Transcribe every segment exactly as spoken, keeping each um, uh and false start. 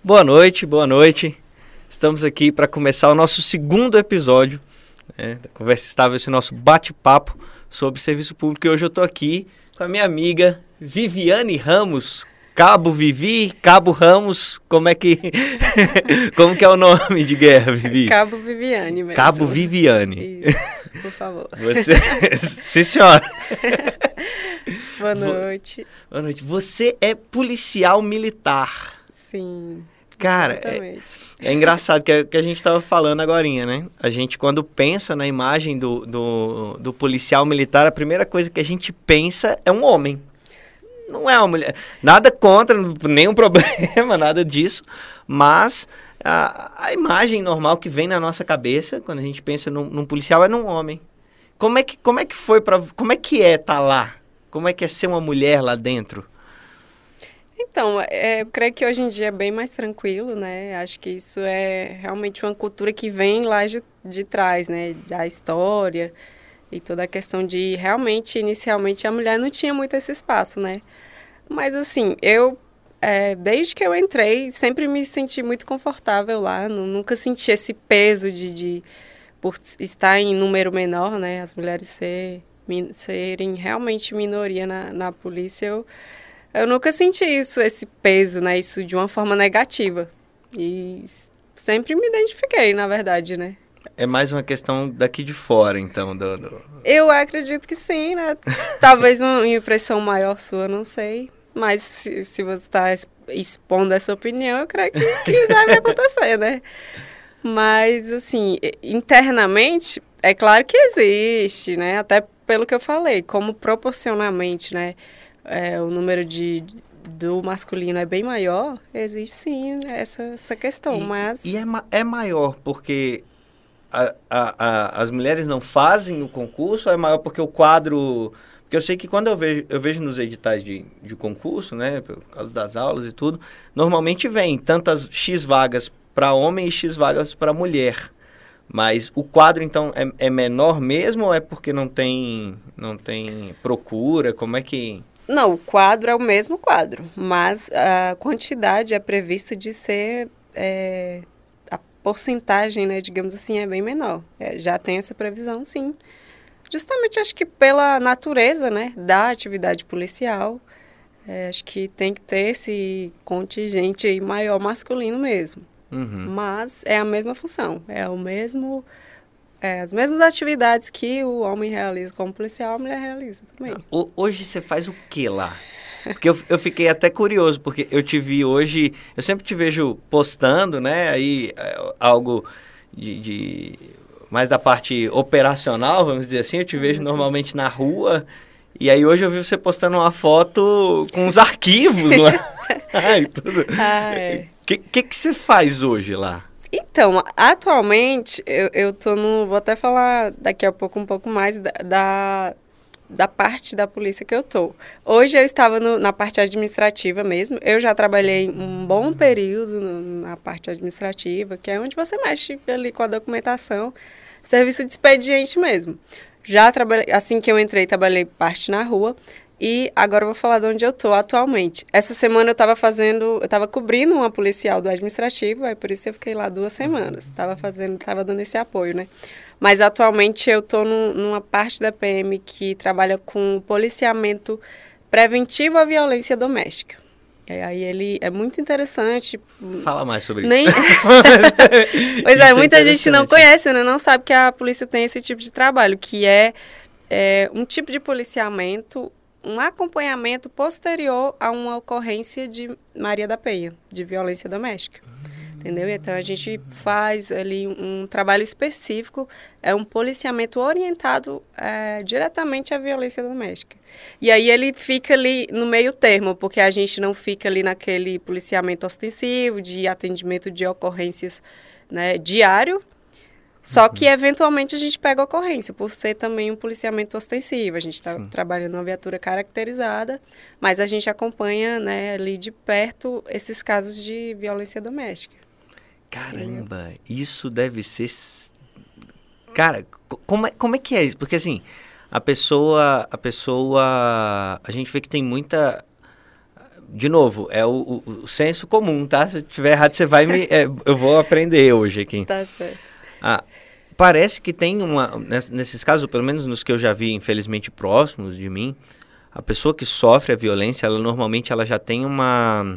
Boa noite, boa noite. Estamos aqui para começar o nosso segundo episódio, né, da Conversa Estável, esse nosso bate-papo sobre serviço público. E hoje eu estou aqui com a minha amiga Viviane Ramos. Cabo Vivi, Cabo Ramos, como é que como que é o nome de guerra, Vivi? Cabo Viviane mesmo. Cabo Viviane. Isso, por favor. Você... Sim, senhora. Boa noite. Boa noite. Você é policial militar. Sim. Cara, é, é engraçado que, é, que a gente estava falando agorinha, né? A gente, quando pensa na imagem do, do, do policial militar, a primeira coisa que a gente pensa é um homem. Não é uma mulher. Nada contra, nenhum problema, nada disso. Mas a, a imagem normal que vem na nossa cabeça, quando a gente pensa num, num policial, é num homem. Como é que, como é que foi para... Como é que é estar lá? Como é que é ser uma mulher lá dentro? Então, é, eu creio que hoje em dia é bem mais tranquilo, né? Acho que isso é realmente uma cultura que vem lá de, de trás, né? Da história e toda a questão de realmente, inicialmente, a mulher não tinha muito esse espaço, né? Mas, assim, eu, é, desde que eu entrei, sempre me senti muito confortável lá. Não, nunca senti esse peso de, de, por estar em número menor, né? As mulheres ser, min, serem realmente minoria na, na polícia, eu... Eu nunca senti isso, esse peso, né? Isso de uma forma negativa. E sempre me identifiquei, na verdade, né? É mais uma questão daqui de fora, então, do... do... Eu acredito que sim, né? Talvez uma impressão maior sua, não sei. Mas se, se você está expondo essa opinião, eu creio que, que deve acontecer, né? Mas, assim, internamente, é claro que existe, né? Até pelo que eu falei, como proporcionalmente, né? É, o número de, do masculino é bem maior, existe sim essa, essa questão, e, mas... E é, é maior porque a, a, a, as mulheres não fazem o concurso, ou é maior porque o quadro... Porque eu sei que quando eu vejo, eu vejo nos editais de, de concurso, né, por causa das aulas e tudo, normalmente vem tantas X vagas para homem e X vagas para mulher. Mas o quadro, então, é, é menor mesmo ou é porque não tem, não tem procura? Como é que... Não, o quadro é o mesmo quadro, mas a quantidade é prevista de ser, é, a porcentagem, né, digamos assim, é bem menor. É, já tem essa previsão, sim. Justamente, acho que pela natureza, né, da atividade policial, é, acho que tem que ter esse contingente aí maior masculino mesmo. Uhum. Mas é a mesma função, é o mesmo... É, as mesmas atividades que o homem realiza como policial, a mulher realiza também. Hoje você faz o que lá? Porque eu, eu fiquei até curioso, porque eu te vi hoje... Eu sempre te vejo postando, né? Aí, algo de, de... mais da parte operacional, vamos dizer assim. Eu te vejo ah, normalmente na rua. E aí hoje eu vi você postando uma foto com os arquivos lá. Ai, tudo. Ah, é. O que, que, que você faz hoje lá? Então, atualmente, eu, eu tô no... Vou até falar daqui a pouco um pouco mais da, da, da parte da polícia que eu tô. Hoje eu estava no, na parte administrativa mesmo. Eu já trabalhei um bom período no, na parte administrativa, que é onde você mexe ali com a documentação, serviço de expediente mesmo. Já trabalhei, assim que eu entrei, trabalhei parte na rua. E agora eu vou falar de onde eu estou atualmente. Essa semana eu estava fazendo, eu estava cobrindo uma policial do administrativo, aí por isso eu fiquei lá duas semanas. Estava fazendo, estava dando esse apoio, né? Mas atualmente eu estou numa parte da P M que trabalha com policiamento preventivo à violência doméstica. E aí ele é muito interessante. Fala mais sobre Nem... isso. Pois é, isso muita é gente não conhece, né? Não sabe que a polícia tem esse tipo de trabalho, que é, é um tipo de policiamento, um acompanhamento posterior a uma ocorrência de Maria da Penha, de violência doméstica. Uhum. Entendeu? Então, a gente faz ali um, um trabalho específico, é um policiamento orientado é, diretamente à violência doméstica. E aí ele fica ali no meio termo, porque a gente não fica ali naquele policiamento ostensivo, de atendimento de ocorrências, né, diário, só que, eventualmente, a gente pega a ocorrência, por ser também um policiamento ostensivo. A gente está trabalhando numa viatura caracterizada, mas a gente acompanha, né, ali de perto esses casos de violência doméstica. Caramba, entendeu? Isso deve ser... Cara, como é, como é que é isso? Porque, assim, a pessoa, a pessoa... A gente vê que tem muita... de novo, é o, o, o senso comum, tá? Se eu tiver errado, você vai me... É, eu vou aprender hoje aqui. Tá certo. Ah, parece que tem uma... Nesses casos, pelo menos nos que eu já vi, infelizmente, próximos de mim, a pessoa que sofre a violência, ela normalmente ela já tem uma...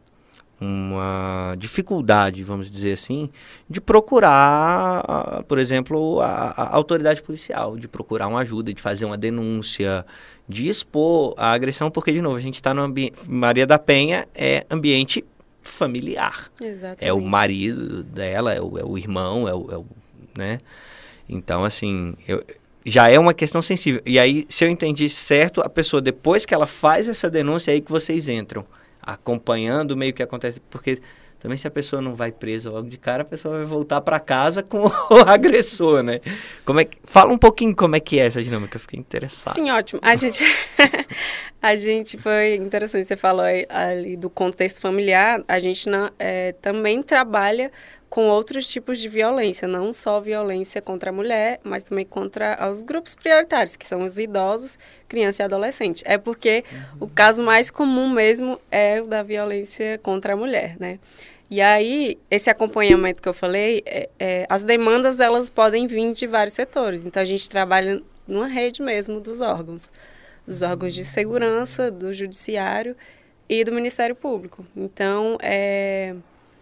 uma dificuldade, vamos dizer assim, de procurar, por exemplo, a, a autoridade policial, de procurar uma ajuda, de fazer uma denúncia, de expor a agressão, porque, de novo, a gente está no ambiente... Maria da Penha é ambiente familiar. Exatamente. É o marido dela, é o, é o irmão, é o, é o... né? Então, assim, eu, já é uma questão sensível. E aí, se eu entendi certo, a pessoa, depois que ela faz essa denúncia, é aí que vocês entram, acompanhando meio que acontece, porque também se a pessoa não vai presa logo de cara, a pessoa vai voltar para casa com o agressor, né? Como é que... Fala um pouquinho como é que é essa dinâmica, eu fiquei interessado. Sim, ótimo. A gente, a gente foi interessante, você falou aí, ali do contexto familiar, a gente não, é, também trabalha com outros tipos de violência, não só violência contra a mulher, mas também contra os grupos prioritários, que são os idosos, criança e adolescente. É porque uhum. o caso mais comum mesmo é o da violência contra a mulher, né? E aí, esse acompanhamento que eu falei, é, é, as demandas, elas podem vir de vários setores. Então, a gente trabalha numa rede mesmo dos órgãos. Dos órgãos de segurança, do judiciário e do Ministério Público. Então, é,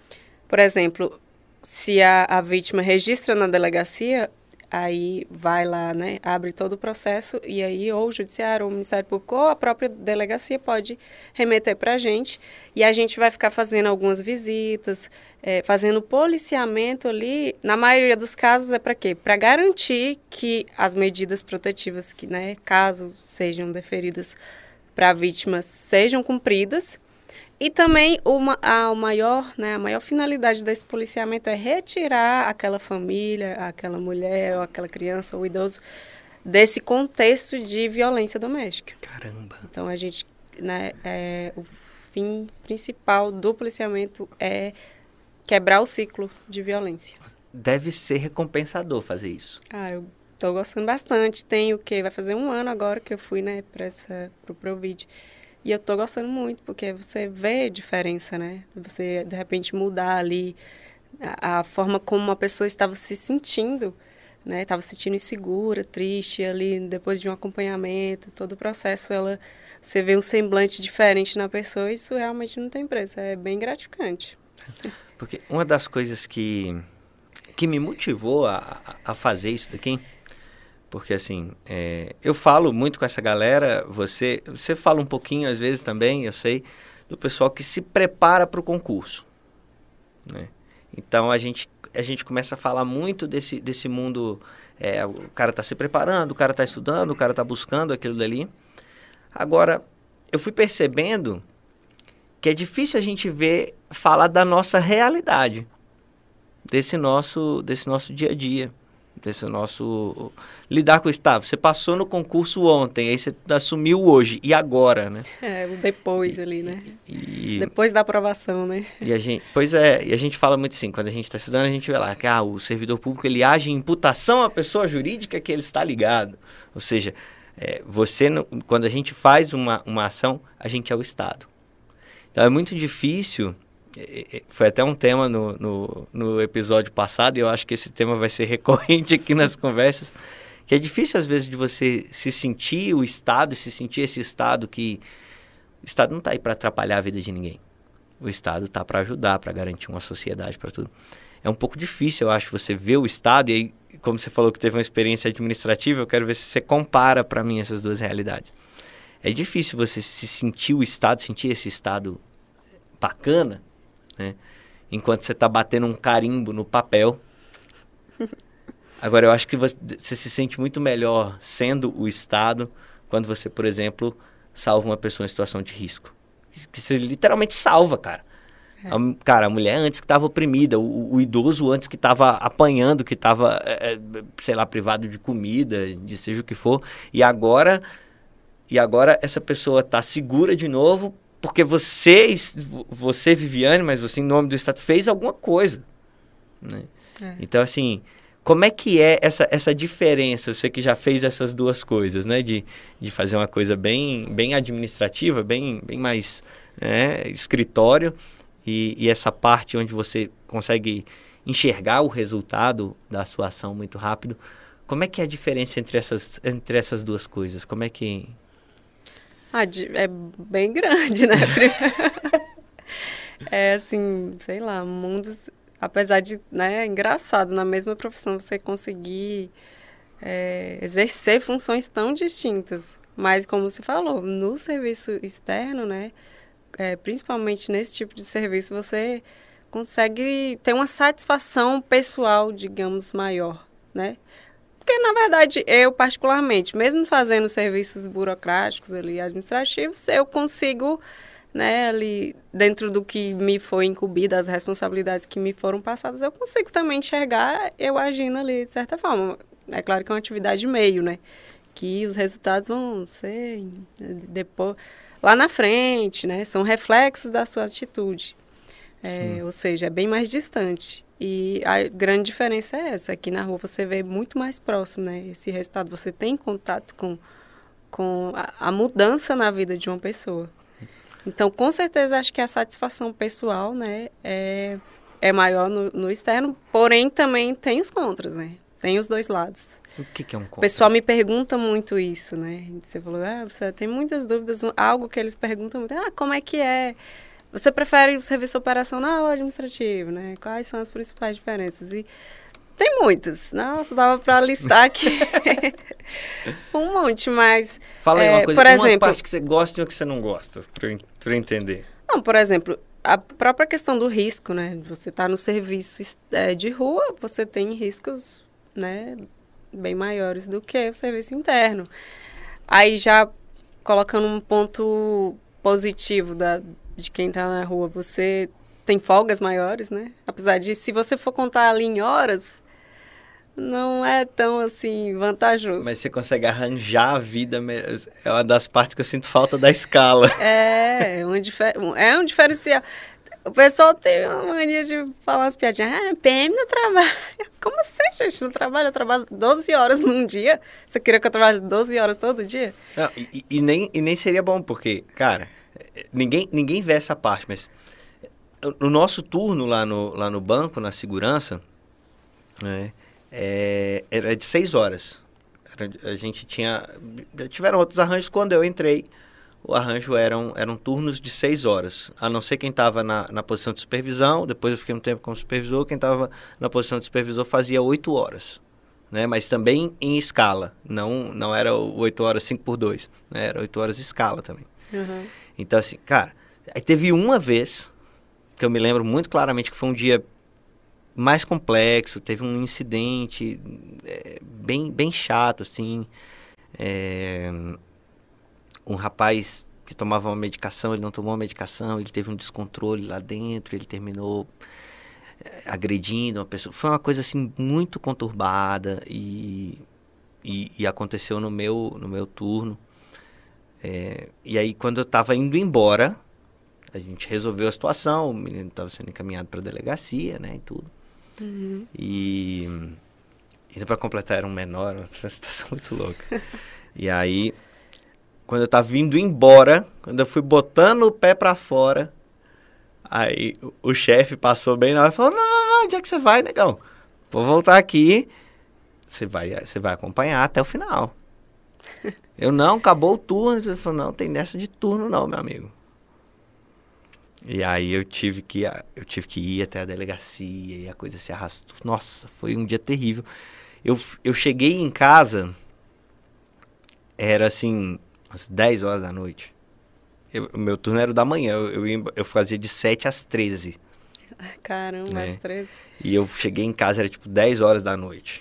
por exemplo... Se a, a vítima registra na delegacia, aí vai lá, né, abre todo o processo e aí ou o judiciário, ou o Ministério Público, ou a própria delegacia pode remeter para a gente e a gente vai ficar fazendo algumas visitas, é, fazendo policiamento ali. Na maioria dos casos é para quê? Para garantir que as medidas protetivas, que, né, caso sejam deferidas para a vítima, sejam cumpridas. E também uma, a, maior, né, a maior finalidade desse policiamento é retirar aquela família, aquela mulher, ou aquela criança ou idoso desse contexto de violência doméstica. Caramba! Então, a gente, né, é, o fim principal do policiamento é quebrar o ciclo de violência. Deve ser recompensador fazer isso. Ah, eu estou gostando bastante. Tem o quê? Vai fazer um ano agora que eu fui, né, para o Provid. E eu tô gostando muito, porque você vê a diferença, né? Você, de repente, mudar ali a, a forma como uma pessoa estava se sentindo, né? Estava se sentindo insegura, triste ali, depois de um acompanhamento, todo o processo, ela, você vê um semblante diferente na pessoa, isso realmente não tem preço, é bem gratificante. Porque uma das coisas que, que me motivou a, a fazer isso daqui... Porque, assim, é, eu falo muito com essa galera, você, você fala um pouquinho, às vezes, também, eu sei, do pessoal que se prepara para o concurso, né? Então, a gente, a gente começa a falar muito desse, desse mundo, é, o cara está se preparando, o cara está estudando, o cara está buscando aquilo dali. Agora, eu fui percebendo que é difícil a gente ver, falar da nossa realidade, desse nosso, desse nosso dia a dia. Desse nosso... Lidar com isso. Tá, você passou no concurso ontem, aí você assumiu hoje. E agora, né? É, o depois e, ali, né? E, depois da aprovação, né? E a gente, pois é, e a gente fala muito assim, quando a gente está estudando, a gente vê lá que ah, o servidor público, ele age em imputação à pessoa jurídica que ele está ligado. Ou seja, é, você, não, quando a gente faz uma, uma ação, a gente é o Estado. Então, é muito difícil... Foi até um tema no, no, no episódio passado, e eu acho que esse tema vai ser recorrente aqui nas conversas, que é difícil às vezes de você se sentir o Estado, se sentir esse Estado que... O Estado não está aí para atrapalhar a vida de ninguém. O Estado está para ajudar, para garantir uma sociedade, para tudo. É um pouco difícil, eu acho, você ver o Estado, e aí, como você falou que teve uma experiência administrativa, eu quero ver se você compara para mim essas duas realidades. É difícil você se sentir o Estado, sentir esse Estado bacana, né? Enquanto você está batendo um carimbo no papel. Agora, eu acho que você, você se sente muito melhor sendo o Estado quando você, por exemplo, salva uma pessoa em situação de risco. Que você literalmente salva, cara. É. A, cara, a mulher antes que estava oprimida, o, o idoso antes que estava apanhando, que estava, é, sei lá, privado de comida, de seja o que for. E agora, e agora essa pessoa está segura de novo, porque você, você, Viviane, mas você, em nome do Estado, fez alguma coisa, né? É. Então, assim, como é que é essa, essa diferença? Você que já fez essas duas coisas, né? De, de fazer uma coisa bem, bem administrativa, bem, bem mais né, escritório, e, e essa parte onde você consegue enxergar o resultado da sua ação muito rápido. Como é que é a diferença entre essas, entre essas duas coisas? Como é que... Ah, é bem grande, né? É assim, sei lá, mundos... Apesar de, né, é engraçado, na mesma profissão você conseguir é, exercer funções tão distintas. Mas, como você falou, no serviço externo, né, é, principalmente nesse tipo de serviço, você consegue ter uma satisfação pessoal, digamos, maior, né? Porque, na verdade, eu, particularmente, mesmo fazendo serviços burocráticos ali, administrativos, eu consigo... Né, ali dentro do que me foi incumbido, as responsabilidades que me foram passadas, eu consigo também enxergar eu agindo ali de certa forma. É claro que é uma atividade meio, né, que os resultados vão ser depois, lá na frente, né, são reflexos da sua atitude, é, ou seja, é bem mais distante. E a grande diferença é essa, aqui na rua você vê muito mais próximo, né, esse resultado, você tem contato com, com a, a mudança na vida de uma pessoa. Então, com certeza, acho que a satisfação pessoal, né, é, é maior no, no externo, porém também tem os contras, né? Tem os dois lados. O que, que é um contra? O pessoal me pergunta muito isso, né? Você falou, ah, você tem muitas dúvidas, algo que eles perguntam muito, ah, como é que é? Você prefere o serviço operacional ou administrativo, né? Quais são as principais diferenças? E tem muitas. Nossa, dava para listar aqui um monte, mas... Fala aí é, uma coisa, por uma exemplo, parte que você gosta e uma que você não gosta, para eu, eu entender. Não, por exemplo, a própria questão do risco, né? Você está no serviço é, de rua, você tem riscos, né, bem maiores do que o serviço interno. Aí já colocando um ponto positivo da, de quem está na rua, você tem folgas maiores, né? Apesar de, se você for contar ali em horas... Não é tão, assim, vantajoso. Mas você consegue arranjar a vida, é uma das partes que eu sinto falta da escala. É, um difer... é um diferencial. O pessoal tem uma mania de falar umas piadinhas. Ah, P M no trabalho. Como assim, gente? No trabalho, eu trabalho doze horas num dia. Você queria que eu trabalhe doze horas todo dia? Não, e, e, nem, e nem seria bom, porque, cara, ninguém, ninguém vê essa parte, mas no nosso turno lá no, lá no banco, na segurança, né? É, era de seis horas. Era, a gente tinha... Já tiveram outros arranjos quando eu entrei. O arranjo eram, eram turnos de seis horas. A não ser quem estava na, na posição de supervisão. Depois eu fiquei um tempo como supervisor. Quem estava na posição de supervisor fazia oito horas. Né? Mas também em escala. Não, não era oito horas, cinco por dois. Né? Era oito horas de escala também. Uhum. Então, assim, cara... Aí teve uma vez, que eu me lembro muito claramente, que foi um dia... mais complexo, teve um incidente é, bem, bem chato, assim, é, um rapaz que tomava uma medicação, ele não tomou uma medicação, ele teve um descontrole lá dentro, ele terminou é, agredindo uma pessoa, foi uma coisa, assim, muito conturbada e, e, e aconteceu no meu, no meu turno, é, e aí quando eu estava indo embora, a gente resolveu a situação, o menino estava sendo encaminhado para a delegacia, né, e tudo. Uhum. E, e para completar, era um menor, uma situação muito louca. E aí, quando eu tava vindo embora, quando eu fui botando o pé para fora, aí o, o chefe passou bem na hora e falou, não, não, não, onde é que você vai, negão? Vou voltar aqui, você vai, você vai acompanhar até o final. Eu, não, acabou o turno. Ele falou, não, tem nessa de turno não, meu amigo. E aí eu tive que eu tive que ir até a delegacia e a coisa se arrastou. Nossa, foi um dia terrível. Eu, eu cheguei em casa, era assim, às dez horas da noite. Eu, o meu turno era o da manhã, eu, eu, eu fazia de sete às treze. Caramba, né? às treze. E eu cheguei em casa, era tipo dez horas da noite.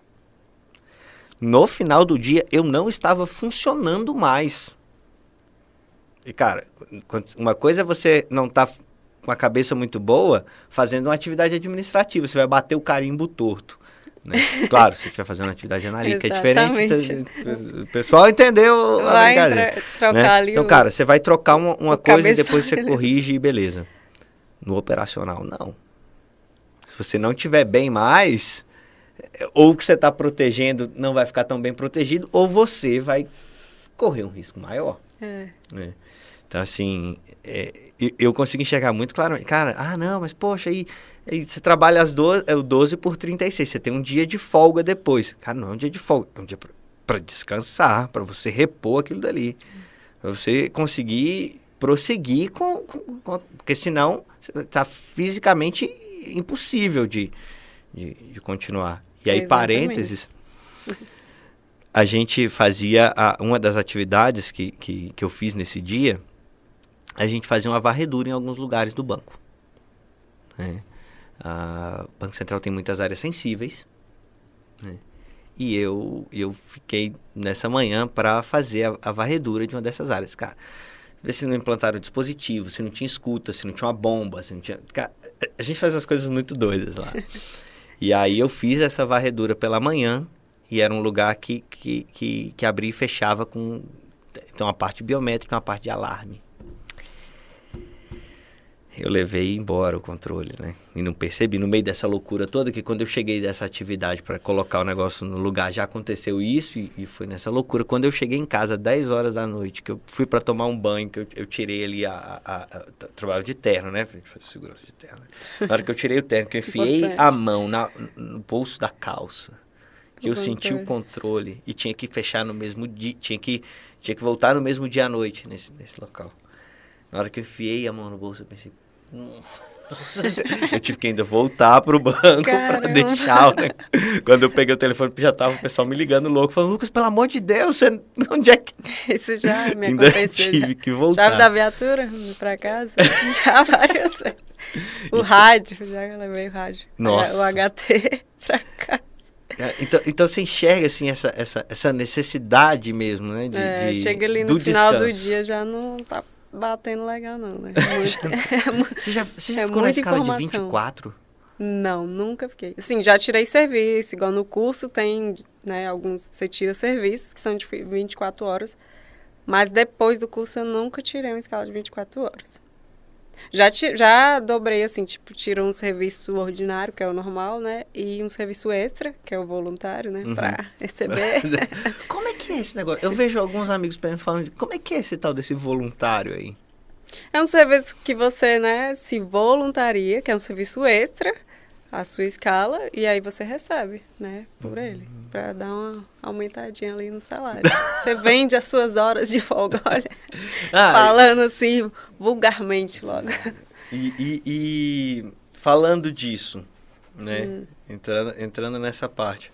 No final do dia, eu não estava funcionando mais. E, cara, uma coisa é você não estar tá com a cabeça muito boa fazendo uma atividade administrativa. Você vai bater o carimbo torto. Né? Claro, se você estiver fazendo uma atividade analítica é diferente. O pessoal entendeu a vai brincadeira. Trocar né? ali então, o, cara, você vai trocar uma, uma coisa e depois você ali. corrige e beleza. No operacional, não. Se você não estiver bem mais, ou o que você está protegendo não vai ficar tão bem protegido, ou você vai correr um risco maior. É. Né? Então, assim, é, eu consigo enxergar muito claramente. Cara, ah, não, mas poxa, aí, aí você trabalha às doze, é o doze por trinta e seis, você tem um dia de folga depois. Cara, não é um dia de folga, é um dia para descansar, para você repor aquilo dali. Para você conseguir prosseguir com, com, com... Porque senão está fisicamente impossível de, de, de continuar. E aí, exatamente. Parênteses, a gente fazia... A, uma das atividades que, que, que eu fiz nesse dia, a gente fazia uma varredura em alguns lugares do banco. Né? A, o Banco Central tem muitas áreas sensíveis, né? E eu, eu fiquei nessa manhã para fazer a, a varredura de uma dessas áreas. Cara, ver se não implantaram o dispositivo, se não tinha escuta, se não tinha uma bomba, se não tinha... Cara, a gente faz umas coisas muito doidas lá. E aí eu fiz essa varredura pela manhã, e era um lugar que, que, que, que abria e fechava com... Então, uma parte biométrica e uma parte de alarme. Eu levei embora o controle, né? E não percebi, no meio dessa loucura toda, que quando eu cheguei dessa atividade para colocar o negócio no lugar, já aconteceu isso e, e foi nessa loucura. Quando eu cheguei em casa, dez horas da noite, que eu fui para tomar um banho, que eu, eu tirei ali a... a, a, a trabalho de terno, né? Segurança de terno. Na hora que eu tirei o terno, que eu enfiei a mão na, no bolso da calça, que eu senti o controle e tinha que fechar no mesmo dia, tinha que, tinha que voltar no mesmo dia à noite nesse, nesse local. Na hora que eu enfiei a mão no bolso, eu pensei... Eu tive que ainda voltar pro banco para deixar, né? Quando eu peguei o telefone, já tava o pessoal me ligando louco, falando, Lucas, pelo amor de Deus, você... onde é que... Isso já me ainda aconteceu. Tive já. que voltar. Chave da viatura para casa, já várias vezes. O então... rádio, já levei o rádio. Nossa. O H T para casa. Então, então você enxerga assim, essa, essa, essa necessidade mesmo, né? De, é, de, chega ali no final descanso. do dia, já não tá batendo legal não, né? É muito, você já, você já é ficou na escala informação. de vinte e quatro? Não, nunca fiquei. Assim, já tirei serviço, igual no curso tem, né, alguns, você tira serviços que são de vinte e quatro horas, mas depois do curso eu nunca tirei uma escala de vinte e quatro horas. Já, já dobrei, assim, tipo, tiro um serviço ordinário, que é o normal, né, e um serviço extra, que é o voluntário, né, uhum. Pra receber. Como é que é esse negócio? Eu vejo alguns amigos falando, como é que é esse tal desse voluntário aí? É um serviço que você, né, se voluntaria, que é um serviço extra, a sua escala, e aí você recebe, né, por uhum. ele, para dar uma aumentadinha ali no salário. Você vende as suas horas de folga, olha, ah, falando assim, vulgarmente logo. E, e, e falando disso, né, hum. entrando, entrando nessa parte,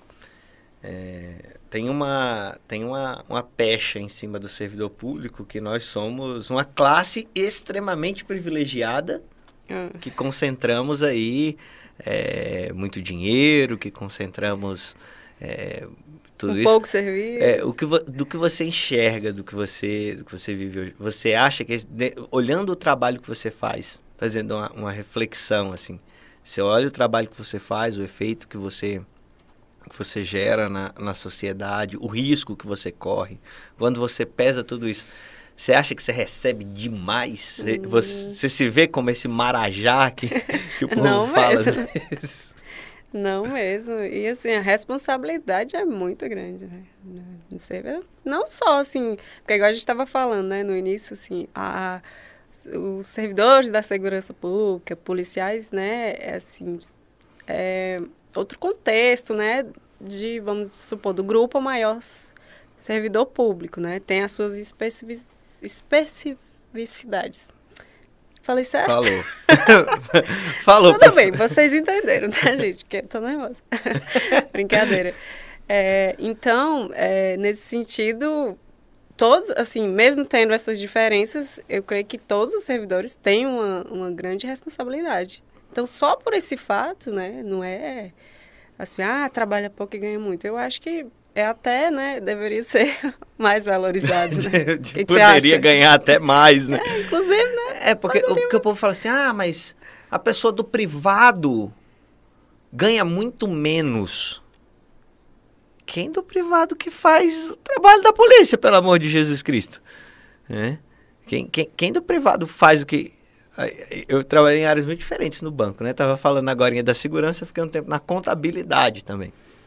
é, tem, uma, tem uma, uma pecha em cima do servidor público que nós somos uma classe extremamente privilegiada, hum. que concentramos aí é, muito dinheiro, que concentramos é, tudo um isso. pouco serviço. É, o que do que você enxerga, do que você, do que você vive hoje, você acha que, olhando o trabalho que você faz, fazendo uma, uma reflexão, assim, você olha o trabalho que você faz, o efeito que você... que você gera na, na sociedade, o risco que você corre, quando você pesa tudo isso, você acha que você recebe demais? Você, hum. você, você se vê como esse marajá que, que o povo Não fala mesmo. às vezes? Não mesmo. E assim, a responsabilidade é muito grande, né? Não sei, não só assim, porque igual a gente estava falando, né, no início, assim, a, os servidores da segurança pública, policiais, né, é assim, é outro contexto, né, de, vamos supor, do grupo maior servidor público, né, tem as suas especific, especificidades. Falei certo? Falou. Falou. Tudo bem, vocês entenderam, tá, gente? Porque eu tô nervosa. Brincadeira. É, então, é, nesse sentido, todos, assim, mesmo tendo essas diferenças, eu creio que todos os servidores têm uma, uma grande responsabilidade. Então, só por esse fato, né, não é assim, ah, trabalha pouco e ganha muito. Eu acho que é até, né, deveria ser mais valorizado, né? que Poderia ganhar até mais, né? É, inclusive, né? É, porque o, porque o povo fala assim, ah, mas a pessoa do privado ganha muito menos. Quem do privado que faz o trabalho da polícia, pelo amor de Jesus Cristo? É? Quem, quem, quem do privado faz o que... Eu trabalhei em áreas muito diferentes no banco, né? Tava falando agora da segurança, fiquei um tempo na contabilidade também.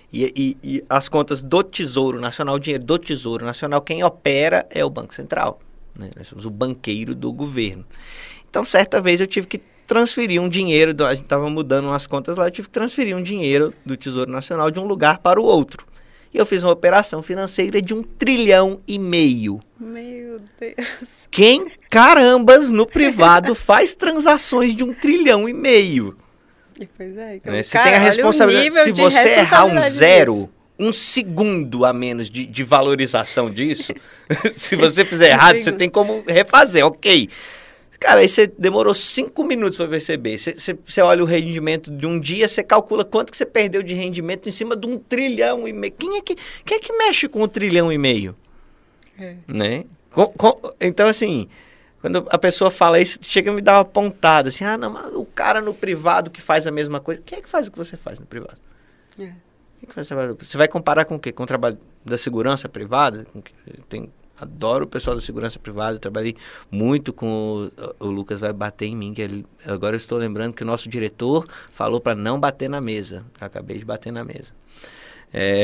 E, e, e as contas do Tesouro Nacional, o dinheiro do Tesouro Nacional, quem opera é o Banco Central, né? Nós somos o banqueiro do governo. Então, certa vez eu tive que transferir um dinheiro, do, a gente estava mudando umas contas lá, eu tive que transferir um dinheiro do Tesouro Nacional de um lugar para o outro. E eu fiz uma operação financeira de um trilhão e meio. Meu Deus. Quem, carambas, no privado faz transações de um trilhão e meio? Pois é. Então, Né? Você cara, tem a responsabilidade. Se você errar um zero, disso. um segundo a menos de, de valorização disso, se você fizer errado, você tem como refazer, ok. Cara, aí você demorou cinco minutos para perceber. Você, você, você olha o rendimento de um dia, você calcula quanto que você perdeu de rendimento em cima de um trilhão e meio. Quem é que, quem é que mexe com um trilhão e meio? É. Né? Com, com, então, assim, quando a pessoa fala isso, chega a me dar uma pontada. Assim, ah, não, mas o cara no privado que faz a mesma coisa. Quem é que faz o que você faz no privado? É. Quem é que faz o trabalho? Você vai comparar com o quê? Com o trabalho da segurança privada? Com que tem... Adoro o pessoal da segurança privada, eu trabalhei muito com o, o Lucas vai bater em mim, que ele, agora eu estou lembrando que o nosso diretor falou para não bater na mesa. Acabei de bater na mesa. É...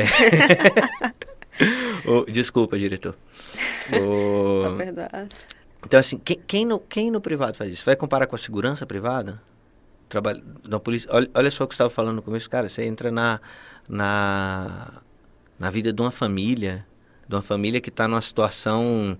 o, desculpa, diretor. O... Tá verdade. Então, assim, quem, quem, no, quem no privado faz isso? Vai comparar com a segurança privada? Trabalho na polícia. Olha, olha só o que você estava falando no começo, cara, você entra na, na, na vida de uma família... de uma família que está numa situação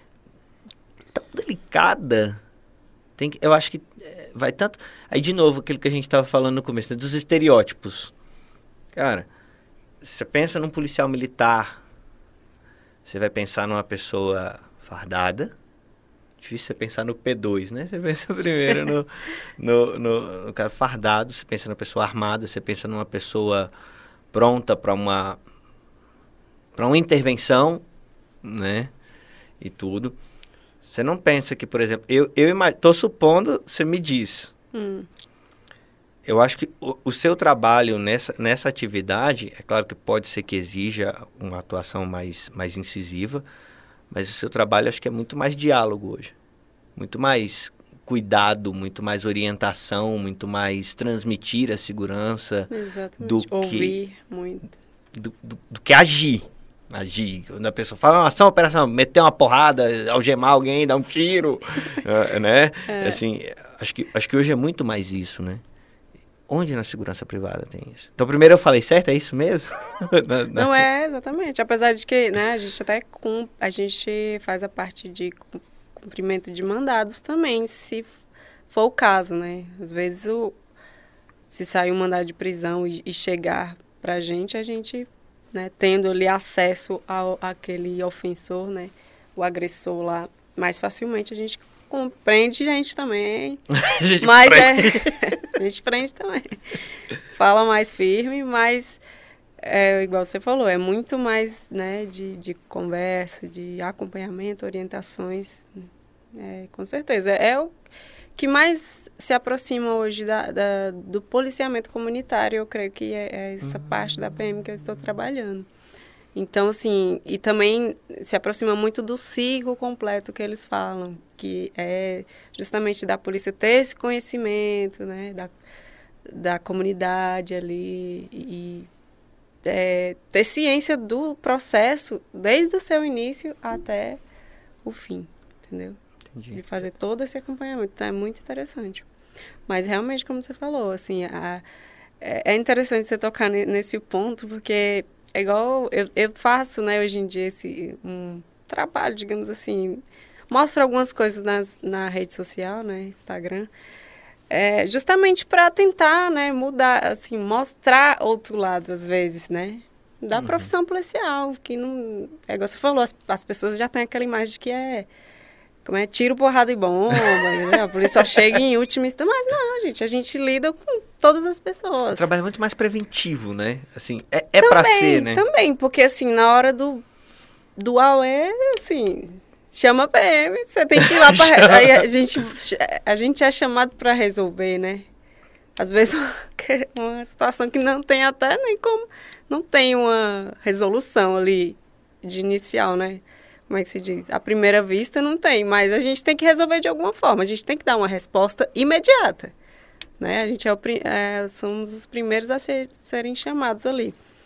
tão delicada. Tem que, eu acho que vai tanto... Aí, de novo, aquilo que a gente estava falando no começo, né, dos estereótipos. Cara, você pensa num policial militar, você vai pensar numa pessoa fardada. Difícil você pensar no P dois, né? Você pensa primeiro no, no, no, no cara fardado, você pensa numa pessoa armada, você pensa numa pessoa pronta para uma... para uma intervenção, né, e tudo. Você não pensa que, por exemplo, eu estou supondo, você me diz, hum. eu acho que o, o seu trabalho nessa, nessa atividade, é claro que pode ser que exija uma atuação mais, mais incisiva, mas o seu trabalho acho que é muito mais diálogo hoje, muito mais cuidado, muito mais orientação, muito mais transmitir a segurança. Exatamente. do Ouvir que, muito. Do, do, do que agir. Agir, quando a pessoa fala, ação, operação, meter uma porrada, algemar alguém, dar um tiro, uh, né? É. Assim, acho que, acho que hoje é muito mais isso, né? Onde na segurança privada tem isso? Então, primeiro eu falei, certo, é isso mesmo? Não é, exatamente. Apesar de que, né, a gente até com, a gente faz a parte de cumprimento de mandados também, se for o caso, né? Às vezes, o, se sair um mandado de prisão e, e chegar pra gente, a gente... Né, tendo ali acesso ao, àquele ofensor, né, o agressor lá, mais facilmente a gente compreende a gente também. a gente mas prende. É, a gente prende também. Fala mais firme, mas é, igual você falou, é muito mais, né, de, de conversa, de acompanhamento, orientações. É, com certeza. É, é o que mais se aproxima hoje da, da, do policiamento comunitário, eu creio que é, é essa uhum. parte da P M que eu estou trabalhando. Então, assim, e também se aproxima muito do ciclo completo que eles falam, que é justamente da polícia ter esse conhecimento, né, da, da comunidade ali, e é, ter ciência do processo desde o seu início até o fim, entendeu? Entendi. De fazer todo esse acompanhamento. Então, é muito interessante. Mas, realmente, como você falou, assim, a, é, é interessante você tocar ne, nesse ponto, porque é igual... Eu, eu faço, né, hoje em dia, esse um trabalho, digamos assim, mostro algumas coisas nas, na rede social, né, Instagram, é, justamente para tentar, né, mudar, assim, mostrar outro lado, às vezes, né, da uhum. profissão policial, que não... É igual você falou, as, as pessoas já têm aquela imagem de que é... Como é? Tiro, porrada e bomba, né? A polícia só chega em última instância. Mas não, gente, a gente lida com todas as pessoas. O trabalho é muito mais preventivo, né? Assim, é, é pra ser, né? Também, porque assim, na hora do, do auê, assim, chama a P M, você tem que ir lá pra... Aí a gente, a gente é chamado pra resolver, né? Às vezes, uma situação que não tem até nem como... Não tem uma resolução ali de inicial, né? Como é que se diz? À primeira vista não tem, mas a gente tem que resolver de alguma forma. A gente tem que dar uma resposta imediata, né? A gente é, o, é somos os primeiros a ser, serem chamados ali.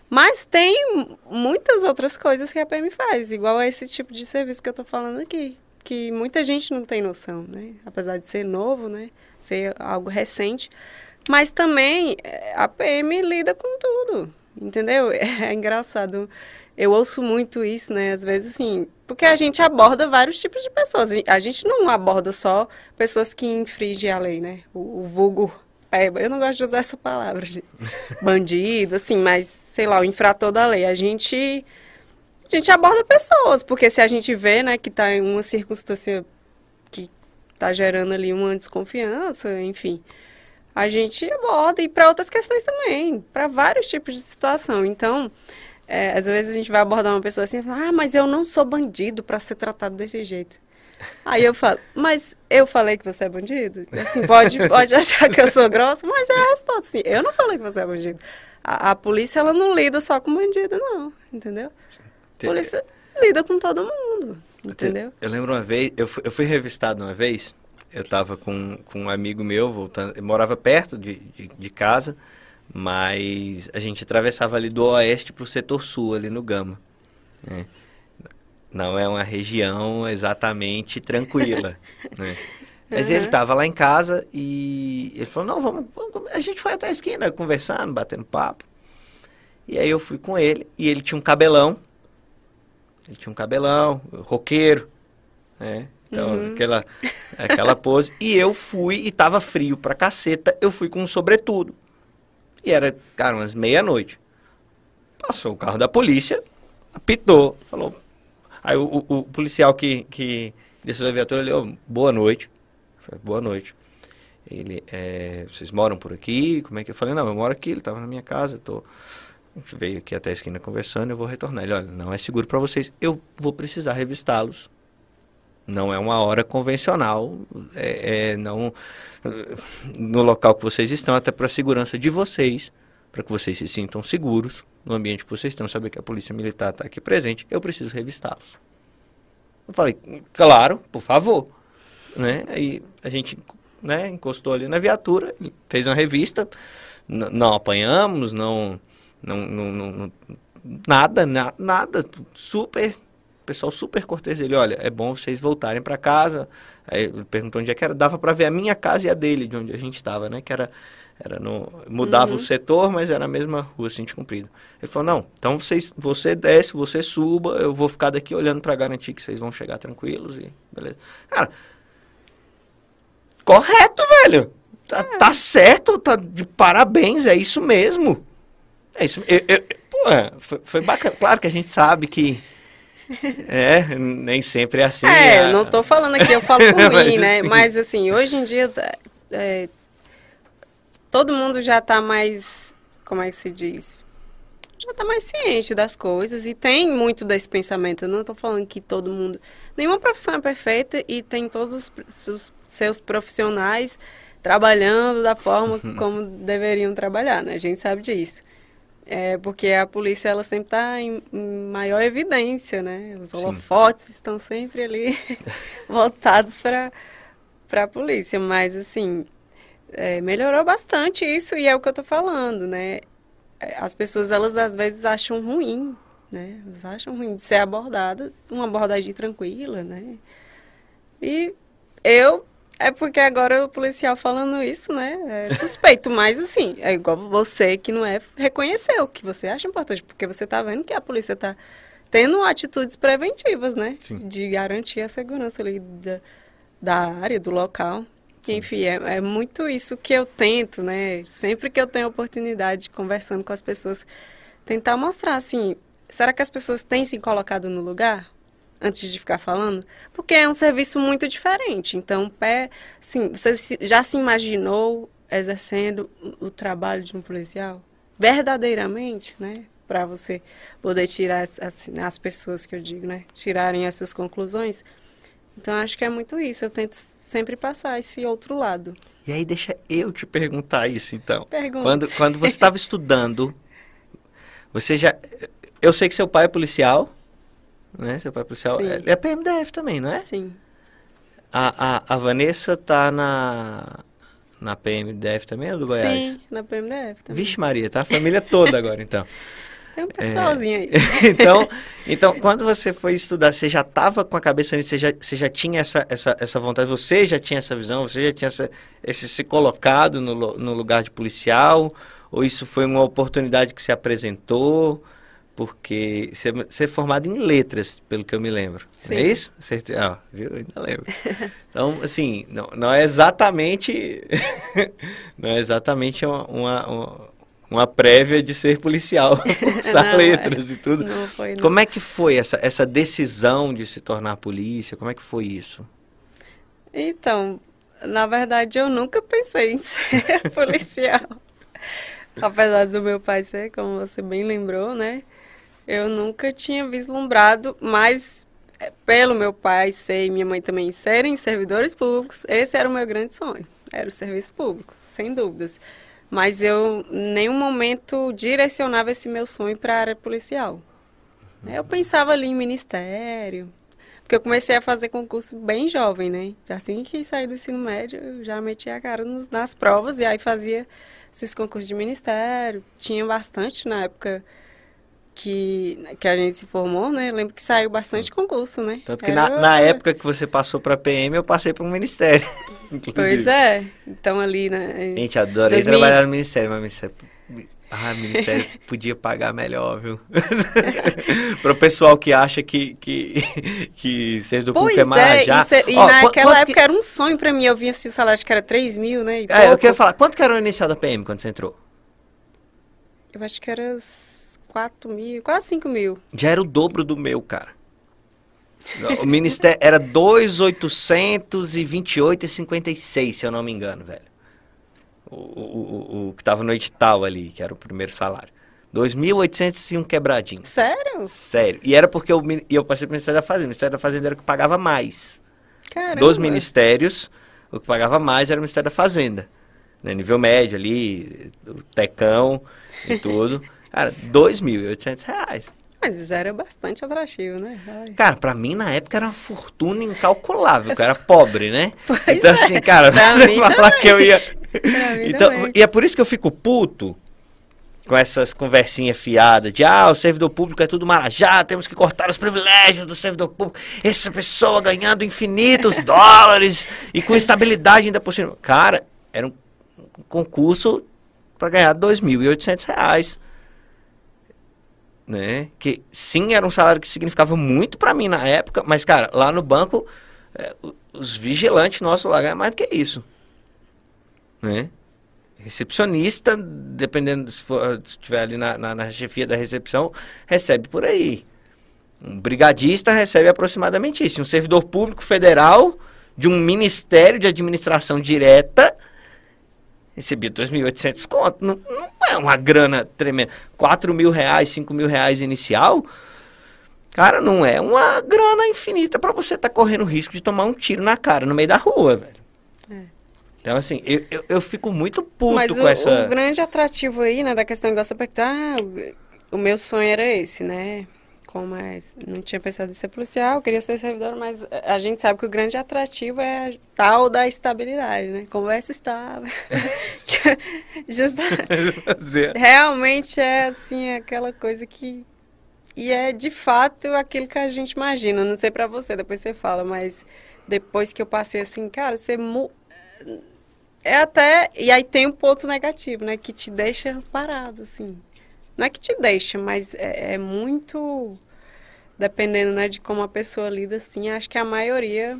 Mas tem muitas outras coisas que a P M faz, igual a esse tipo de serviço que eu estou falando aqui, que muita gente não tem noção, né? Apesar de ser novo, né? Ser algo recente. Mas também a P M lida com tudo, entendeu? É engraçado. Eu ouço muito isso, né? Às vezes, assim, porque a gente aborda vários tipos de pessoas. A gente não aborda só pessoas que infringem a lei, né? O, o vulgo, é, eu não gosto de usar essa palavra, gente. Bandido, assim, mas, sei lá, o infrator da lei. A gente, a gente aborda pessoas, porque se a gente vê, né, que está em uma circunstância que está gerando ali uma desconfiança, enfim, a gente aborda. E para outras questões também, para vários tipos de situação. Então... É, às vezes a gente vai abordar uma pessoa assim e fala, ah, mas eu não sou bandido para ser tratado desse jeito. Aí eu falo, mas eu falei que você é bandido? Assim, pode, pode achar que eu sou grossa, mas é a resposta, assim, eu não falei que você é bandido. A, a polícia, ela não lida só com bandido, não, entendeu? A polícia lida com todo mundo, entendeu? Eu, eu lembro uma vez, eu fui, eu fui revistado uma vez, eu estava com, com um amigo meu, voltando, eu morava perto de, de, de casa, mas a gente atravessava ali do oeste para o setor sul, ali no Gama. É. Não é uma região exatamente tranquila, né? Mas uhum. Ele estava lá em casa e ele falou, não, vamos, vamos... A gente foi até a esquina conversando, batendo papo. E aí eu fui com ele e ele tinha um cabelão. Ele tinha um cabelão, roqueiro, né? Então, uhum. aquela, aquela pose. E eu fui e tava frio pra caceta, eu fui com um sobretudo. E era, cara, umas meia-noite. Passou o carro da polícia, apitou, falou... Aí o, o, o policial que, que desceu da viatura, ele, oh, boa noite. Eu falei, boa noite. Ele, é, vocês moram por aqui? Como é que eu falei? Não, eu moro aqui, ele estava na minha casa, tô... a gente veio aqui até a esquina conversando, eu vou retornar. Ele, olha, não é seguro para vocês, eu vou precisar revistá-los. Não é uma hora convencional, é, é não no local que vocês estão, até para a segurança de vocês, para que vocês se sintam seguros no ambiente que vocês estão, saber que a polícia militar está aqui presente, eu preciso revistá-los. Eu falei, claro, por favor. Né? Aí a gente, né, encostou ali na viatura, fez uma revista, n- não apanhamos, não, não, não, não nada, na, nada, super... pessoal super cortês, ele, olha, é bom vocês voltarem para casa. Aí ele perguntou onde é que era, dava para ver a minha casa e a dele, de onde a gente estava, né, que era, era no, mudava uhum. o setor, mas era a mesma rua, assim, de comprido. Ele falou, não, então vocês, você desce, você suba, eu vou ficar daqui olhando para garantir que vocês vão chegar tranquilos e beleza. Cara, correto, velho, tá, é. tá certo, tá de parabéns, é isso mesmo. É isso, eu, eu, pô, foi, foi bacana, claro que a gente sabe que é, nem sempre é assim. É, a... eu não tô falando aqui, eu falo por mim, né? Assim... Mas, assim, hoje em dia, é, todo mundo já tá mais, como é que se diz? Já tá mais ciente das coisas e tem muito desse pensamento. Eu não tô falando que todo mundo... Nenhuma profissão é perfeita e tem todos os, os seus profissionais trabalhando da forma como deveriam trabalhar, né? A gente sabe disso. É, porque a polícia, ela sempre está em, em maior evidência, né? Os holofotes Sim. estão sempre ali voltados para a polícia. Mas, assim, é, melhorou bastante isso e é o que eu estou falando, né? As pessoas, elas às vezes acham ruim, né? Elas acham ruim de ser abordadas, uma abordagem tranquila, né? E eu... É porque agora o policial falando isso, né? É suspeito, mas assim, é igual você que não é, reconheceu que você acha importante, porque você tá vendo que a polícia tá tendo atitudes preventivas, né? Sim. De garantir a segurança ali da, da área, do local. Sim. Enfim, é, é muito isso que eu tento, né? Sempre que eu tenho oportunidade, conversando com as pessoas, tentar mostrar, assim, será que as pessoas têm se colocado no lugar? Antes de ficar falando, porque é um serviço muito diferente. Então, pé, assim, você já se imaginou exercendo o trabalho de um policial? Verdadeiramente, né? Para você poder tirar as, as, as pessoas que eu digo, né? Tirarem essas conclusões. Então, acho que é muito isso. Eu tento sempre passar esse outro lado. E aí, deixa eu te perguntar isso, então. Pergunte. Quando, quando você estava estudando, você já... Eu sei que seu pai é policial... Né? Seu pai policial é, é P M D F também, não é? Sim. A, a, a Vanessa tá na, na P M D F também ou do Goiás? Sim, na P M D F também. Vixe Maria, tá a família toda agora, então. Tem um pessoalzinho aí. então, então, quando você foi estudar, você já estava com a cabeça nisso, você já, você já tinha essa, essa, essa vontade, você já tinha essa visão, você já tinha essa, esse se colocado no, no lugar de policial, ou isso foi uma oportunidade que se apresentou? Porque você, você é formado em letras, pelo que eu me lembro. Sim. Não é isso? Você, ah, viu? Eu ainda lembro. Então, assim, não, não é exatamente não é exatamente uma, uma, uma, uma prévia de ser policial, cursar Não, letras é. e tudo. Não foi, não. Como é que foi essa, essa decisão de se tornar polícia? Como é que foi isso? Então, na verdade, eu nunca pensei em ser policial. Apesar do meu pai ser, como você bem lembrou, né? Eu nunca tinha vislumbrado, mas é, pelo meu pai ser e minha mãe também serem servidores públicos, esse era o meu grande sonho. Era o serviço público, sem dúvidas. Mas eu, em nenhum momento, direcionava esse meu sonho para a área policial. Eu pensava ali em ministério, porque eu comecei a fazer concurso bem jovem, né? Assim que saí do ensino médio, eu já metia a cara nos, nas provas e aí fazia esses concursos de ministério. Tinha bastante na época que, que a gente se formou, né? Eu lembro que saiu bastante concurso, né? Tanto que Era- na, na época que você passou para a P M, eu passei para um ministério. Inclusive. Pois é. Então ali, né? Gente, adorei dois mil trabalhar no ministério, mas o ministério... Ah, o ministério podia pagar melhor, viu? Para o pessoal que acha que, que, que servidor Pois público é Marajá. é, isso é- e Ó, qu- naquela quanto época que- era um sonho pra mim. Eu vinha assim, o salário acho que era três mil, né? E É, eu pouco. queria falar, quanto que era o inicial da P M quando você entrou? Eu acho que era quatro mil, quase cinco mil. Já era o dobro do meu, cara. O ministério era dois mil oitocentos e vinte e oito reais e cinquenta e seis, se eu não me engano, velho. O, o, o, o que tava no edital ali, que era o primeiro salário. dois mil oitocentos e um quebradinho. Sério? Sério. E era porque eu, mi- e eu passei pro Ministério da Fazenda. O Ministério da Fazenda era o que pagava mais. Caramba. Dos ministérios, o que pagava mais era o Ministério da Fazenda. Né? Nível médio ali, o tecão e tudo. Cara, dois mil e oitocentos reais. Mas isso era bastante atrativo, né? Ai. Cara, pra mim na época era uma fortuna incalculável, que eu era pobre, né? Pois então é. assim, cara, Pra você mim falar também. que eu ia... Pra mim então, também. e é por isso que eu fico puto com essas conversinhas fiadas de, ah, o servidor público é tudo marajá, temos que cortar os privilégios do servidor público. Essa pessoa ganhando infinitos dólares e com estabilidade ainda por cima. Cara, era um concurso para ganhar dois mil e oitocentos reais. Né? Que sim, era um salário que significava muito para mim na época, mas, cara, lá no banco, é, o- os vigilantes nossos lá ganham mais do que isso. Né? Recepcionista, dependendo se for- se estiver ali na, na, na chefia da recepção, recebe por aí. Um brigadista recebe aproximadamente isso. Um servidor público federal de um ministério de administração direta recebia dois mil e oitocentos conto. Não, não é uma grana tremenda. quatro mil reais, cinco mil reais inicial, cara, não é uma grana infinita para você estar correndo o risco de tomar um tiro na cara no meio da rua, velho. É. Então, assim, eu, eu, eu fico muito puto Mas com o, essa... o grande atrativo aí, né, da questão que você perguntou, ah, o, o meu sonho era esse, né? Como é, não tinha pensado em ser policial, eu queria ser servidor, mas a gente sabe que o grande atrativo é a tal da estabilidade, né? Conversa estável. Justa, realmente é, assim, aquela coisa que... E é, de fato, aquilo que a gente imagina. Não sei pra você, depois você fala, mas depois que eu passei assim, cara, você... Mu... É até... E aí tem um ponto negativo, né? Que te deixa parado, assim. Não é que te deixa, mas é, é muito... Dependendo, né, de como a pessoa lida, assim, acho que a maioria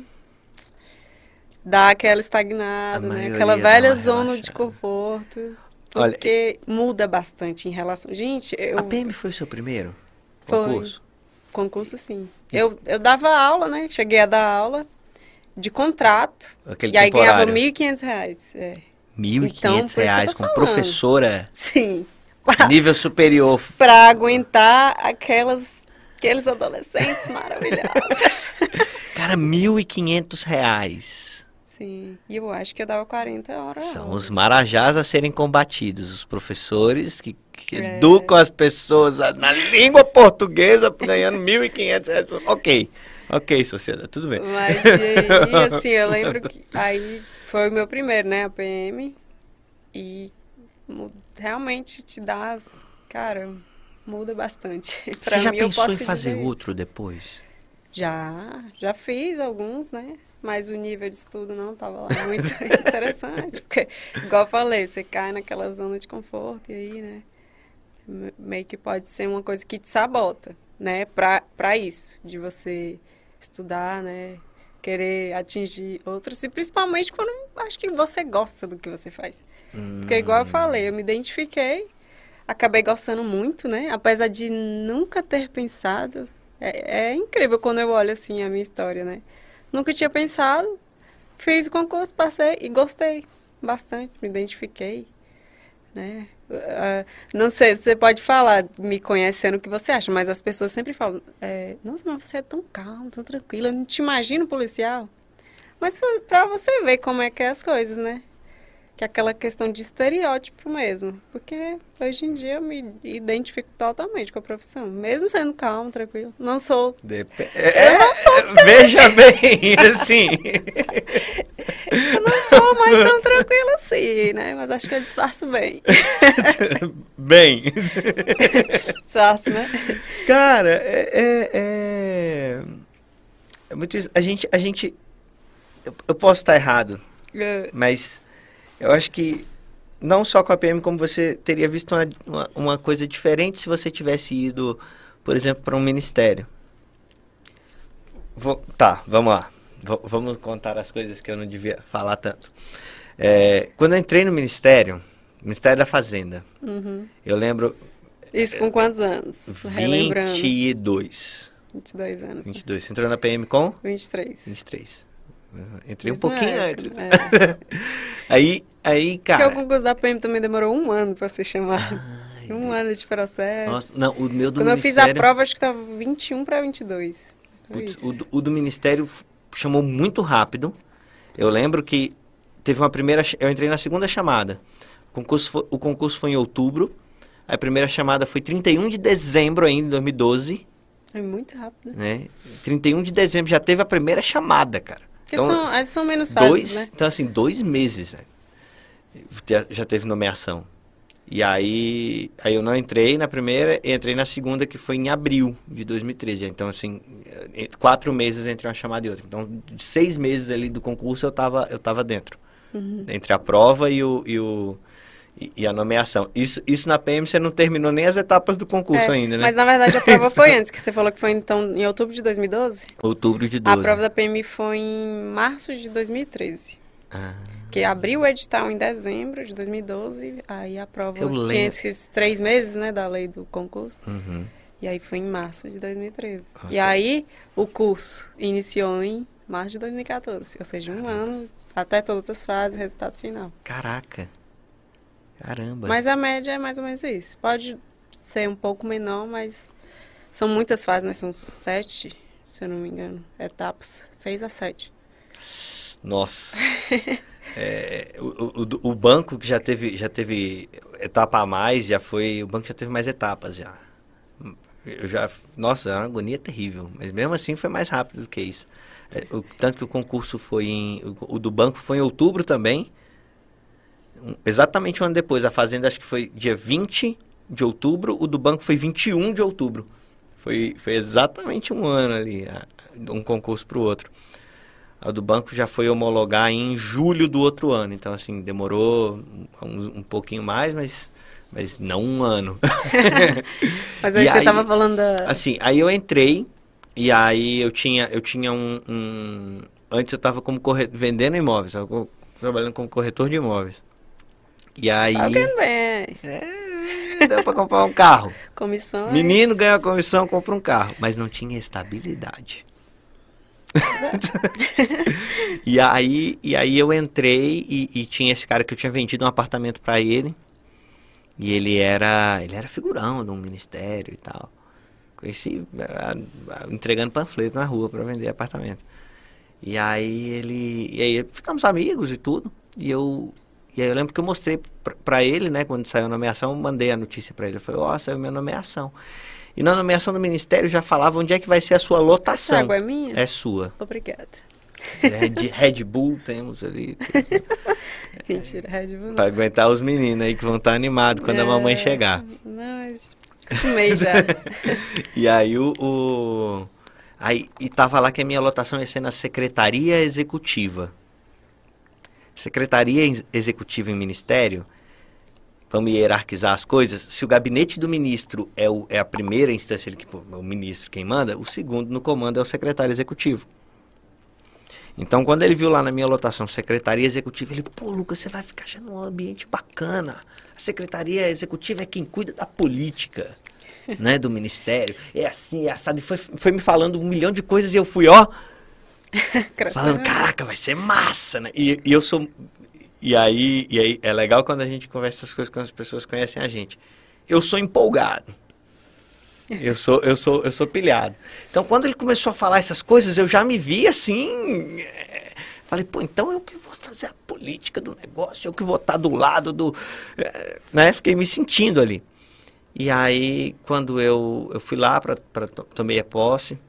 dá aquela estagnada, A né? maioria Aquela dá velha uma zona de relaxada. conforto. Olha, Porque muda bastante em relação... Gente, eu... A P M foi o seu primeiro Foi. concurso? Concurso, sim. Eu, eu dava aula, né? Cheguei a dar aula de contrato. Aquele e aí ganhava temporário. mil e quinhentos reais. É. mil e Então, quinhentos por isso que eu reais tô com falando. professora Sim. nível superior. Pra aguentar aquelas, aqueles adolescentes maravilhosos. Cara, mil e quinhentos reais. Sim. E eu acho que eu dava quarenta horas. São os marajás a serem combatidos, os professores que, que É. educam as pessoas a- na língua portuguesa ganhando mil e quinhentos reais. por- Ok, ok, sociedade, tudo bem. Mas e aí, assim, eu lembro que aí foi o meu primeiro, né, a P M. E mu- realmente te dá, cara, muda bastante. Você Pra já mim, eu pensou em posso fazer dizer outro isso. depois? Já, já fiz alguns, né? Mas o nível de estudo não estava lá muito interessante. Porque, igual eu falei, você cai naquela zona de conforto e aí, né? me- Meio que pode ser uma coisa que te sabota, né? Pra, pra isso, de você estudar, né? Querer atingir outros. E principalmente quando acho que você gosta do que você faz. Porque, igual eu falei, eu me identifiquei, acabei gostando muito, né? Apesar de nunca ter pensado. É, é incrível quando eu olho assim a minha história, né? Nunca tinha pensado, fiz o concurso, passei e gostei bastante, me identifiquei, né? Ah, não sei, você pode falar, me conhecendo, o que você acha, mas as pessoas sempre falam, é, nossa, mas você é tão calmo, tão tranquilo, eu não te imagino policial. Mas pra pra você ver como é que é as coisas, né? Que é aquela questão de estereótipo mesmo. Porque hoje em dia eu me identifico totalmente com a profissão. Mesmo sendo calmo, tranquilo. Não sou. Dep- é, veja bem, assim. Eu não sou mais tão tranquila assim, né? Mas acho que eu disfarço bem. Bem. Disfarço, né? Cara, é, é, é- é muito isso. A gente, a gente, eu, eu posso estar errado, É. mas eu acho que não só com a P M, como você teria visto uma, uma, uma coisa diferente se você tivesse ido, por exemplo, para um ministério. Vou- tá, vamos lá. V- vamos contar as coisas que eu não devia falar tanto. É, quando eu entrei no ministério, Ministério da Fazenda, Uhum. eu lembro Isso com quantos anos? Relembrando. vinte e dois. vinte e dois anos. vinte e dois. Você entrou na P M com? vinte e três. vinte e três. Entrei um Mesma pouquinho época, antes. né? É. Aí, aí, Porque cara. o concurso da P M também demorou um ano para ser chamado. Ai, Um Deus. ano de processo. Nossa, não, o meu do Quando eu fiz a ministério. prova, acho que tava vinte e um para vinte e dois. Foi Putz, isso. o, do- o do ministério f- chamou muito rápido. Eu lembro que teve uma primeira. ch- Eu entrei na segunda chamada. O concurso foi, o concurso foi em outubro. A primeira chamada foi trinta e um de dezembro ainda, de dois mil e doze. É muito rápido, né? Né? trinta e um de dezembro já teve a primeira chamada, cara. Porque são, as são menos fases, dois, né? Então, assim, dois meses, velho. Já, já teve nomeação. E aí, aí eu não entrei na primeira, entrei na segunda, que foi em abril de dois mil e treze. Então, assim, eh, quatro meses entre uma chamada e outra. Então, de seis meses ali do concurso, eu tava, eu tava dentro. Uhum. Entre a prova e, o, e, o, e, e a nomeação. Isso, isso na P M você não terminou nem as etapas do concurso É, ainda, né? Mas na verdade a prova foi antes, que você falou que foi então em outubro de dois mil e doze. Outubro de A doze. prova da P M foi em março de dois mil e treze. Ah, Que abriu o edital em dezembro de dois mil e doze, aí a prova Eu lembro. tinha esses três meses, né, da lei do concurso. uhum. E aí foi em março de dois mil e treze. Nossa. E aí o curso iniciou em março de dois mil e quatorze, ou seja, um ano até todas as fases, resultado final. Caraca. Caramba. Mas a média é mais ou menos isso. Pode ser um pouco menor, mas são muitas fases, né? São sete, se eu não me engano, etapas. Seis a sete. Nossa. É, o, o, o banco que já teve, já teve etapa a mais, já foi. O banco já teve mais etapas já. Eu já. Nossa, era uma agonia terrível. Mas mesmo assim foi mais rápido do que isso. É, o, tanto que o concurso foi em. O, o do banco foi em outubro também. Um- exatamente um ano depois. A Fazenda acho que foi dia vinte de outubro. O do banco foi vinte e um de outubro. Foi, foi exatamente um ano ali. a- Um concurso para o outro. A do banco já foi homologar em julho do outro ano. Então, assim, demorou um, um pouquinho mais, mas, mas não um ano. Mas aí E você aí- estava falando da... Assim, aí eu entrei e aí eu tinha, eu tinha um, um- Antes eu estava como corre... vendendo imóveis, tava co- trabalhando como corretor de imóveis. E aí... Tá ganhando bem. É, deu para comprar um carro. Comissões. Menino ganha a comissão, compra um carro. Mas não tinha estabilidade. E aí, e aí eu entrei e, e tinha esse cara que eu tinha vendido um apartamento pra ele. E ele era, ele era figurão de um ministério e tal. Conheci ah, ah, entregando panfleto na rua pra vender apartamento. E aí ele, e aí ficamos amigos e tudo. E eu, e aí eu lembro que eu mostrei pra, pra ele, né, quando saiu a nomeação, eu mandei a notícia pra ele. Eu falei: "Ó, saiu minha nomeação". E na nomeação do ministério já falava onde é que vai ser a sua Essa lotação. água é minha? É sua. Obrigada. Red, Red Bull temos ali. Mentira, Red Bull não. Pra aguentar os meninos aí que vão estar animados quando a mamãe É, chegar. Não, mas Acostumei já. E aí o, o... Aí, e tava lá que a minha lotação ia ser na Secretaria Executiva. Secretaria Executiva em Ministério, vamos hierarquizar as coisas. Se o gabinete do ministro é, o, é a primeira instância, ele, que, o ministro quem manda, o segundo no comando é o secretário executivo. Então, quando ele viu lá na minha lotação Secretaria Executiva, ele, pô, Lucas, você vai ficar já num ambiente bacana. A Secretaria Executiva é quem cuida da política, né, do ministério. É assim, é assado. E foi, foi me falando um milhão de coisas e eu fui, ó, falando, caraca, vai ser massa, né? E, e eu sou... E aí, e aí é legal quando a gente conversa essas coisas quando as pessoas conhecem a gente. Eu sou empolgado. Eu sou, eu sou, eu sou pilhado. Então, quando ele começou a falar essas coisas, eu já me vi assim... É, falei, pô, então eu que vou fazer a política do negócio, eu que vou estar do lado do... É, né? Fiquei me sentindo ali. E aí, quando eu, eu fui lá, para tomei a posse,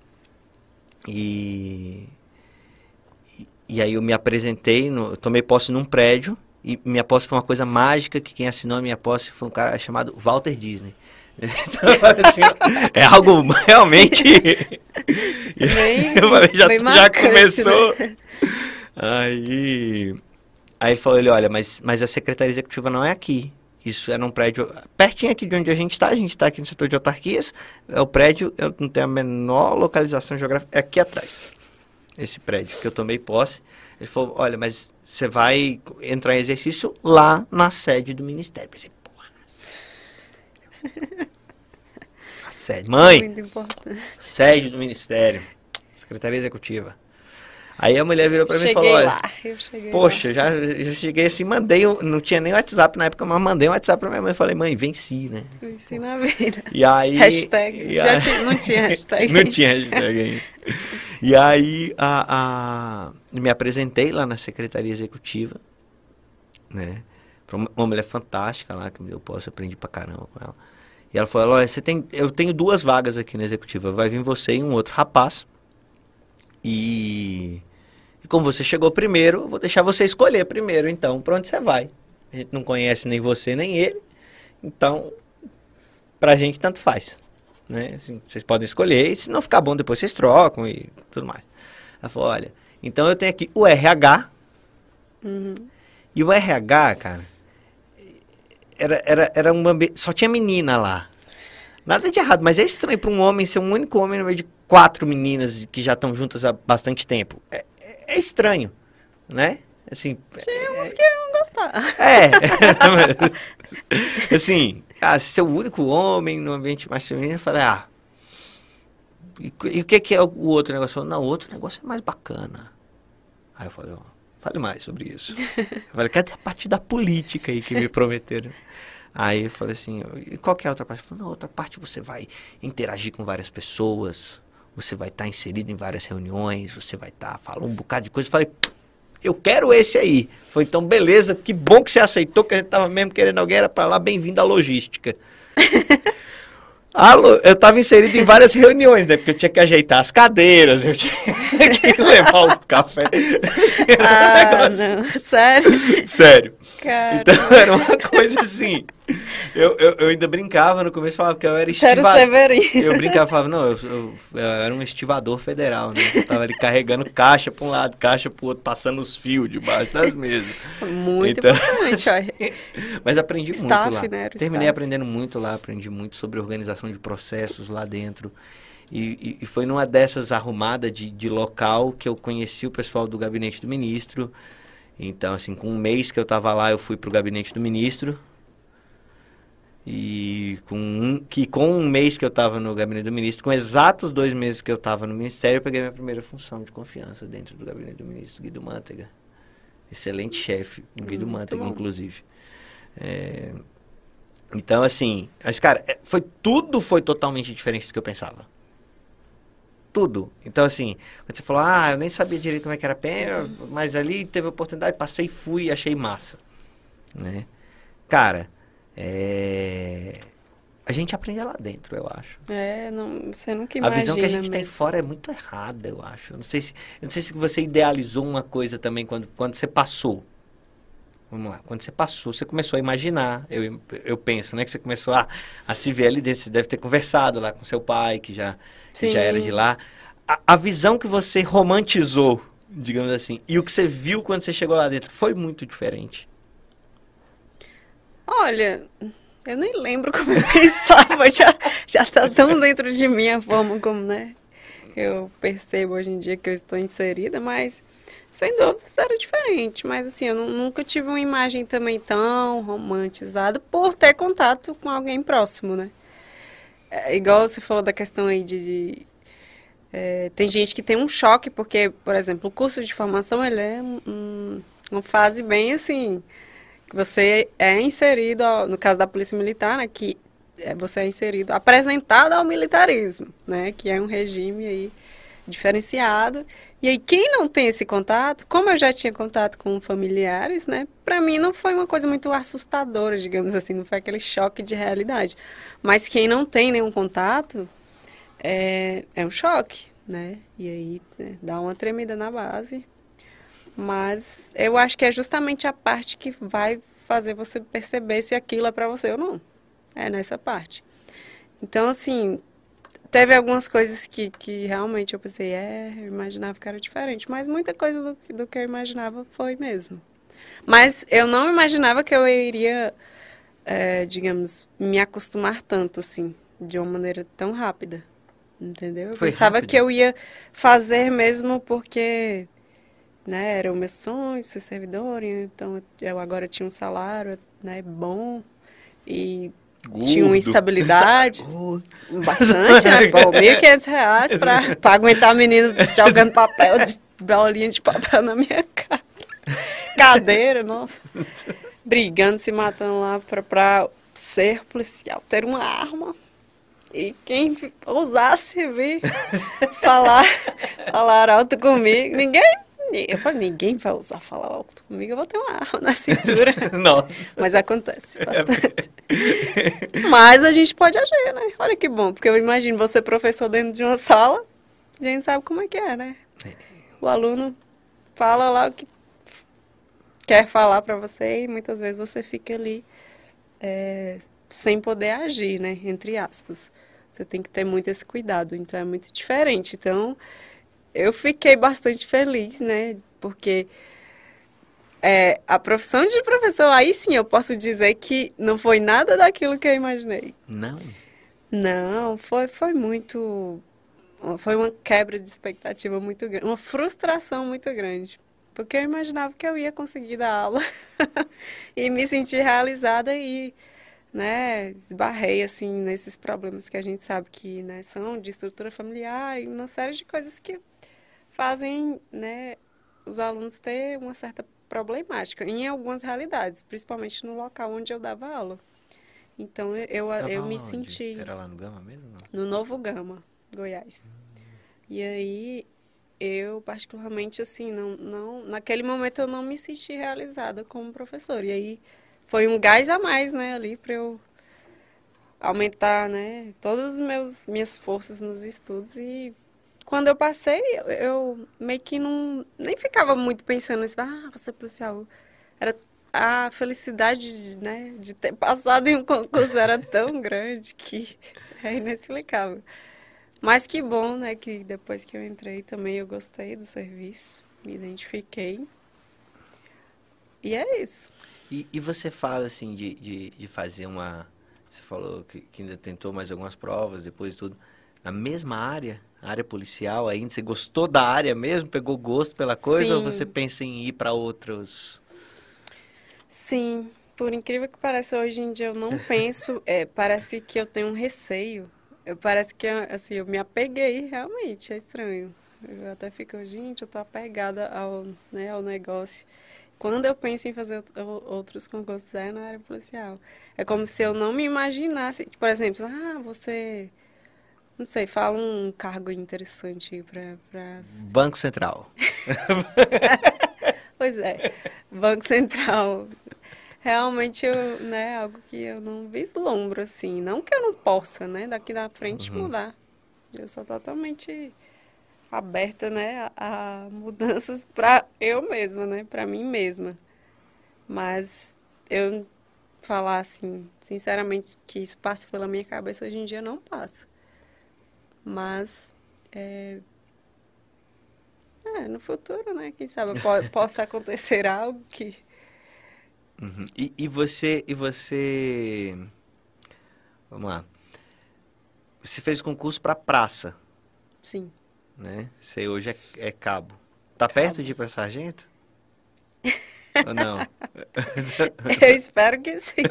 e... E aí eu me apresentei, no, eu tomei posse num prédio, e minha posse foi uma coisa mágica, que quem assinou a minha posse foi um cara chamado Walter Disney. Então, assim, é algo realmente... Bem, eu falei, já, bem já marcante, começou. Né? Aí, aí ele falou, ele, olha, mas, mas a Secretaria Executiva não é aqui. Isso é num prédio pertinho aqui de onde a gente está. A gente está aqui no setor de autarquias. É o prédio, eu não tenho a menor localização geográfica, é aqui atrás. Esse prédio que eu tomei posse, ele falou, olha, mas você vai entrar em exercício lá na sede do Ministério. Eu pensei, porra, na sede do Ministério. A sede. Mãe, Muito importante. sede do Ministério, Secretaria Executiva. Aí a mulher virou pra mim e Cheguei falou, olha, lá, eu cheguei poxa, lá. já, já cheguei assim, mandei, não tinha nem WhatsApp na época, mas mandei um WhatsApp pra minha mãe e falei, mãe, venci, né? Venci na vida. E aí... Hashtag. E Já aí, tinha, não tinha hashtag. Não tinha hashtag ainda. E aí, a, a, me apresentei lá na Secretaria Executiva, né? Pra uma, uma mulher fantástica lá, que eu posso, aprendi pra caramba com ela. E ela falou, olha, você tem, eu tenho duas vagas aqui na Executiva, vai vir você e um outro rapaz. E, e como você chegou primeiro, eu vou deixar você escolher primeiro, então, pra onde você vai. A gente não conhece nem você, nem ele, então, pra gente tanto faz. Né? Assim, vocês podem escolher, e se não ficar bom, depois vocês trocam e tudo mais. Ela falou, olha, então eu tenho aqui o R H, Uhum. e o R H, cara, era, era, era um ambiente, só tinha menina lá. Nada de errado, mas é estranho para um homem ser um único homem no meio de quatro meninas que já estão juntas há bastante tempo. É, é, é estranho, né? Assim, Tinha uns é, que iam gostar. É, assim, ah, ser o único homem no ambiente mais feminino, eu falei, ah, e, e o que, que é o outro negócio? Não, o outro negócio é mais bacana. Aí eu falei, ó, fale mais sobre isso. Eu falei, cadê a parte da política aí que me prometeram? Aí eu falei assim, e qual que é a outra parte? Eu falei, na outra parte você vai interagir com várias pessoas, você vai estar inserido em várias reuniões, você vai estar falando um bocado de coisa. Eu falei, eu quero esse aí. Foi, então, beleza, que bom que você aceitou, que a gente tava mesmo querendo alguém, era para lá, bem-vindo à logística. Alô, eu tava inserido em várias reuniões, né? Porque eu tinha que ajeitar as cadeiras, eu tinha que levar o café. Ah, não, sério? Sério. Cara. Então, era uma coisa assim. Eu, eu, eu ainda brincava no começo, falava que eu era estivador. Severino. Eu brincava, falava, não, eu, eu, eu era um estivador federal, né? Eu tava ali carregando caixa para um lado, caixa pro outro, passando os fios debaixo das mesas. Muito então, importante, assim, mas aprendi staff, muito lá. né? Terminei staff. aprendendo muito lá, aprendi muito sobre organização de processos lá dentro. E, e, e foi numa dessas arrumadas de, de local que eu conheci o pessoal do gabinete do ministro. Então, assim, com um mês que eu estava lá, eu fui para o gabinete do ministro. E com um, que com um mês que eu estava no gabinete do ministro, com exatos dois meses que eu estava no ministério, eu peguei minha primeira função de confiança dentro do gabinete do ministro, Guido Mantega. Excelente chefe, o Guido Muito Mantega, bom. inclusive. É, então, assim, mas, cara, foi, tudo foi totalmente diferente do que eu pensava. Tudo. Então, assim, quando você falou, ah, eu nem sabia direito como é que era a P M, mas ali teve a oportunidade, passei, fui e achei massa. Né? Cara, é... a gente aprende lá dentro, eu acho. É, não, você nunca A imagina visão que a gente mesmo. tem fora é muito errada, eu acho. Eu não sei se, eu não sei se você idealizou uma coisa também quando, quando você passou. vamos lá, quando você passou, você começou a imaginar, eu, eu penso, né, que você começou a, a se ver ali dentro, você deve ter conversado lá com seu pai, que já, que já era de lá. A, a visão que você romantizou, digamos assim, e o que você viu quando você chegou lá dentro, foi muito diferente? Olha, eu nem lembro como eu pensava, já, já tá tão dentro de mim a forma como, né, eu percebo hoje em dia que eu estou inserida, mas sem dúvida era diferente. Mas assim, eu nunca tive uma imagem também tão romantizada por ter contato com alguém próximo, né? É, igual você falou da questão aí de... de é, tem gente que tem um choque, porque, por exemplo, o curso de formação, ele é um, uma fase bem assim, que você é inserido, ao, no caso da Polícia Militar, né, que você é inserido, apresentado ao militarismo, né, que é um regime aí diferenciado. E aí, quem não tem esse contato, como eu já tinha contato com familiares, né, para mim não foi uma coisa muito assustadora, digamos assim, não foi aquele choque de realidade. Mas quem não tem nenhum contato, é, é um choque, né, e aí né, dá uma tremida na base. Mas eu acho que é justamente a parte que vai fazer você perceber se aquilo é para você ou não. É nessa parte. Então, assim, teve algumas coisas que, que realmente eu pensei, é, eu imaginava que era diferente, mas muita coisa do, do que eu imaginava foi mesmo. Mas eu não imaginava que eu iria, é, digamos, me acostumar tanto, assim, de uma maneira tão rápida, entendeu? Eu Foi pensava rápido? que eu ia fazer mesmo porque, né, era o meu sonho ser servidora, então eu agora tinha um salário, né, bom e... Gordo. Tinha uma estabilidade, Gordo. Bastante, né? Pô, mil e quinhentos reais pra, pra aguentar menino jogando papel, de, bolinha de papel na minha cara. Cadeira, nossa. Brigando, se matando lá pra, pra ser policial, ter uma arma. E quem ousasse vir falar, falar alto comigo, ninguém... Eu falei, ninguém vai usar falar alto comigo, eu vou ter uma arma na cintura. Nossa. Mas acontece bastante. Mas a gente pode agir, né? Olha que bom, porque eu imagino você professor dentro de uma sala, a gente sabe como é que é, né? O aluno fala lá o que quer falar para você e muitas vezes você fica ali é, sem poder agir, né? Entre aspas. Você tem que ter muito esse cuidado, então é muito diferente. Então... Eu fiquei bastante feliz, né? Porque é, a profissão de professor, aí sim eu posso dizer que não foi nada daquilo que eu imaginei. Não? Não, foi, foi muito... Foi uma quebra de expectativa muito grande, uma frustração muito grande. Porque eu imaginava que eu ia conseguir dar aula e me sentir realizada e, né, esbarrei, assim, nesses problemas que a gente sabe que, né, são de estrutura familiar e uma série de coisas que fazem, né, os alunos ter uma certa problemática em algumas realidades, principalmente no local onde eu dava aula. Então, eu, eu, eu me onde? senti... Era lá no Gama mesmo? Não? No Novo Gama, Goiás. Hum. E aí, eu particularmente, assim, não, não, naquele momento eu não me senti realizada como professora. E aí, foi um gás a mais, né, ali, para eu aumentar, né, todas as meus, minhas forças nos estudos e... Quando eu passei, eu, eu meio que não... Nem ficava muito pensando nisso. Ah, vou ser policial. Era a felicidade, né, de ter passado em um concurso era tão grande que é inexplicável. Mas que bom, né, que depois que eu entrei também eu gostei do serviço. Me identifiquei. E é isso. E, e você fala, assim, de, de, de fazer uma... Você falou que, que ainda tentou mais algumas provas, depois de tudo. Na mesma área... área policial ainda? Você gostou da área mesmo? Pegou gosto pela coisa? Sim. Ou você pensa em ir para outros? Sim. Por incrível que pareça, hoje em dia eu não penso. É, parece que eu tenho um receio. Eu, parece que assim, eu me apeguei realmente. É estranho. Eu até fico, gente, eu tô apegada ao, né, ao negócio. Quando eu penso em fazer outros concursos, é na área policial. É como se eu não me imaginasse. Por exemplo, ah, você... Não sei, fala um cargo interessante para... Pra... Banco Central. Pois é, Banco Central. Realmente, eu, né, algo que eu não vislumbro, assim. Não que eu não possa, né, daqui na frente uhum. mudar. Eu sou totalmente aberta, né, a, a mudanças para eu mesma, né, para mim mesma. Mas eu falar assim, sinceramente, que isso passa pela minha cabeça hoje em dia, não passa. Mas, é, é, no futuro, né? Quem sabe po possa acontecer algo que... Uhum. E, e você, e você, vamos lá, você fez concurso para praça, Sim. né? Você hoje é, é cabo. Tá Cabo. perto de ir para sargento? Ou não? Eu espero que sim.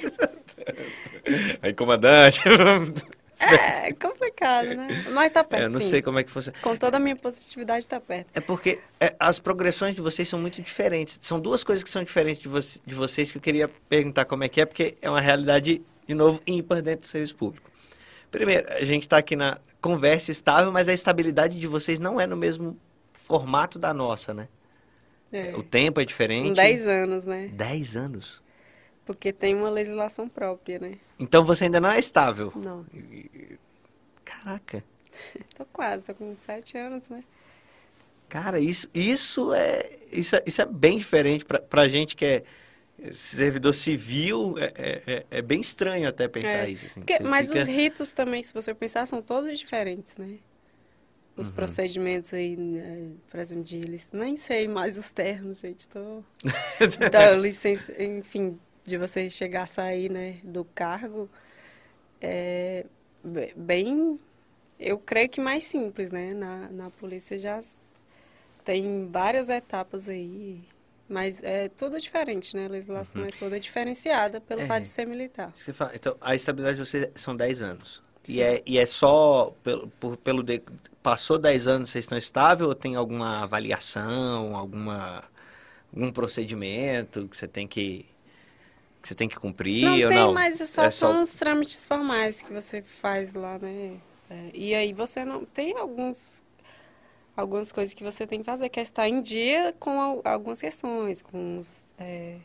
Aí, comandante. É complicado, né? Mas tá perto, É, eu não sim. sei como é que funciona. Com toda a minha positividade, tá perto. É porque é, as progressões de vocês são muito diferentes. São duas coisas que são diferentes de, vo de vocês que eu queria perguntar como é que é, porque é uma realidade, de novo, ímpar dentro do serviço público. Primeiro, a gente está aqui na conversa estável, mas a estabilidade de vocês não é no mesmo formato da nossa, né? É. O tempo é diferente. Com dez anos, né? dez anos? Porque tem uma legislação própria, né? Então você ainda não é estável? Não. Caraca. Tô quase, tô com sete anos, né? Cara, isso, isso, é, isso, é, isso é bem diferente pra, pra gente que é servidor civil. É, é, é bem estranho até pensar É. isso. Assim, Porque, você mas fica... os ritos também, se você pensar, são todos diferentes, né? Os Uhum. procedimentos aí, né, por exemplo, de licença. Nem sei mais os termos, gente. Tô... Então, licença, enfim, de você chegar a sair, né, do cargo, é bem, eu creio que mais simples, né? Na, na polícia já tem várias etapas aí, mas é tudo diferente, né? A legislação Uhum. é toda diferenciada pelo É. fato de ser militar. Isso que eu falo. Então, a estabilidade de vocês são dez anos. Sim. E é, e é só pelo, por, pelo de, passou dez anos, vocês estão estáveis ou tem alguma avaliação, alguma, algum procedimento que você tem que, que, você tem que cumprir Não ou tem, não? mas só É são só... os trâmites formais que você faz lá, né? É, e aí você não tem alguns algumas coisas que você tem que fazer, que é estar em dia com al- algumas questões, com os, é,